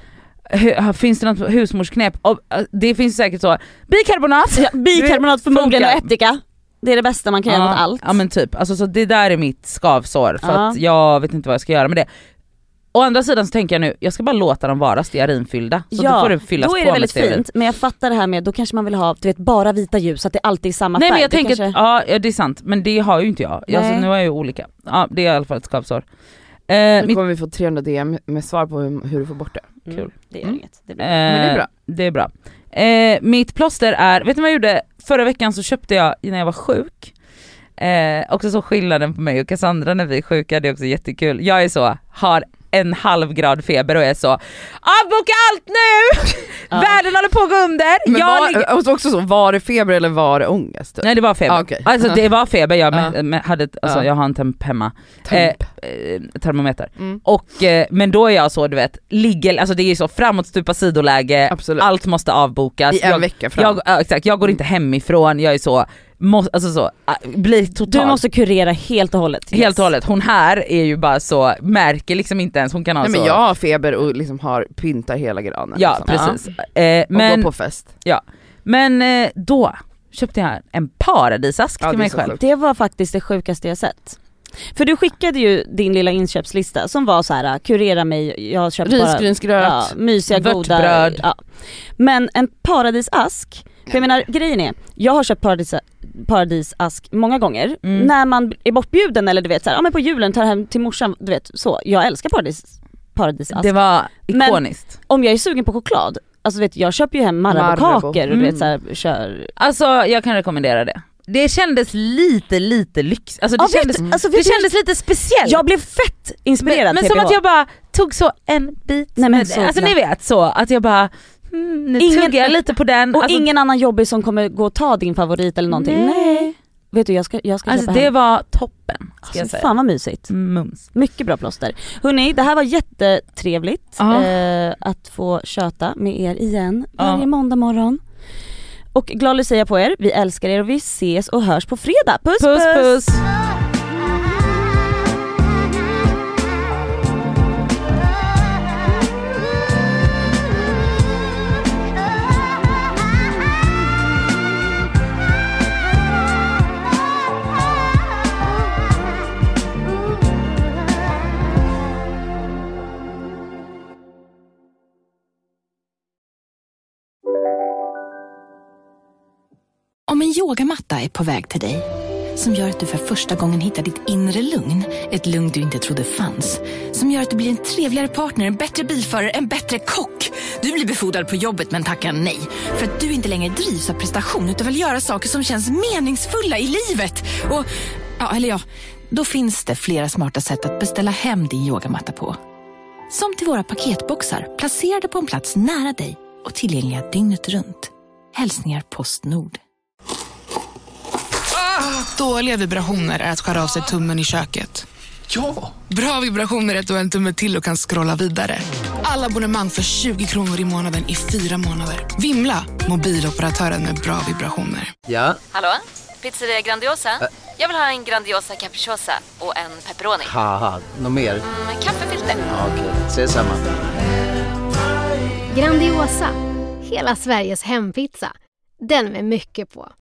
Finns det något husmorsknep? Och, det finns säkert så bikarbonat. Ja, bikarbonat förmodligen och Funkar. ättika. Det är det bästa man kan göra mot allt. Ja men typ, alltså, så det där är mitt skavsår för Ja. att jag vet inte vad jag ska göra med det. Å andra sidan så tänker jag nu, jag ska bara låta dem vara stearinfyllda. Så då får det fyllas då är på det med väldigt stearin. fint. Men jag fattar det här med, då kanske man vill ha du vet, bara vita ljus så att det alltid är samma Nej färg. men jag Det tänker kanske... ja det är sant, men det har ju inte jag. Alltså, Nej. nu är jag ju olika. Ja det är i alla fall ett skavsår. Nu kommer vi få 300 DM med svar på hur du får bort det. Kul. Det gör Mm. inget. Det blir... Men det är bra. Det är bra. Mitt plåster är, vet ni vad jag gjorde? Förra veckan så köpte jag, när jag var sjuk, också så skillnaden på mig och Cassandra när vi är sjuka, det är också jättekul. Jag är så, har 1,5 grad feber och är så, avboka allt nu! Världen håller på att gå under. Men Jag ligger... och också så, var det feber eller var det ångest? Nej det var feber. Ah, okej. Alltså det var feber, jag, Ja. hade, alltså, Ja. jag har en temp hemma. Temp. Termometer. Mm. Och, men då är jag så du vet, ligger, alltså det är så framåtstupa sidoläge, Absolut. allt måste avbokas. I en vecka fram. Exakt, jag går inte hemifrån, jag är så, alltså så, blir total. Du måste kurera helt och hållet. Helt och hållet, hon här är ju bara så, märker liksom inte ens, hon kan ha Nej så. men jag har feber och liksom har pyntar hela granen. Ja liksom. precis. Och Men, gå på fest. men då köpte jag en paradisask Ja, till det är mig så själv. sjukt. Det var faktiskt det sjukaste jag sett. För du skickade ju din lilla inköpslista som var så här: kurera mig, jag har köpt bara Risgrynsgröt. mysiga goda vörtbröd. ja. Men en paradisask, för jag menar grejen är, jag har köpt paradisask många gånger när man är bortbjuden eller du vet så här, ja men på julen tar hem till morsan, du vet så. Jag älskar paradisask. Det var ikoniskt. Men om jag är sugen på choklad, alltså vet jag köper ju hem Marabou-kakor och vet, så här, kör. Alltså jag kan rekommendera det. Det kändes lite lyx. Alltså det, det kändes lite speciellt. Jag blev fett inspirerad. Men som att jag bara tog så en bit. Nej, men så alltså ni vet så att jag bara nu tuggar jag lite på den. Och alltså, ingen annan jobbig som kommer gå och ta din favorit eller någonting. Nej. Vet du, jag ska alltså det var toppen. Ska jag säga. Fan vad mysigt. Mums. Mycket bra plåster. Hörrni, det här var jättetrevligt att få köta med er igen varje måndag morgon. Och glad Lucia på er. Vi älskar er och vi ses och hörs på fredag. Puss puss! Puss. Om en yogamatta är på väg till dig, som gör att du för första gången hittar ditt inre lugn, ett lugn du inte trodde fanns, som gör att du blir en trevligare partner, en bättre bilförare, en bättre kock. Du blir befordrad på jobbet men tackar nej, för att du inte längre drivs av prestation utan vill göra saker som känns meningsfulla i livet. Och, då finns det flera smarta sätt att beställa hem din yogamatta på. Som till våra paketboxar, placerade på en plats nära dig och tillgängliga dygnet runt. Hälsningar Postnord. Dåliga vibrationer är att skära av sig tummen i köket. Ja! Bra vibrationer är att du har en tumme till och kan scrolla vidare. Alla abonnemang för 20 kronor i månaden i 4 månader. Vimla! Mobiloperatören med bra vibrationer. Ja? Hallå? Pizzeria Grandiosa? Jag vill ha en Grandiosa capriciosa och en pepperoni. Haha, något mer? Kaffefilter. Ja, okej, ses samma. Grandiosa, hela Sveriges hempizza. Den med mycket på.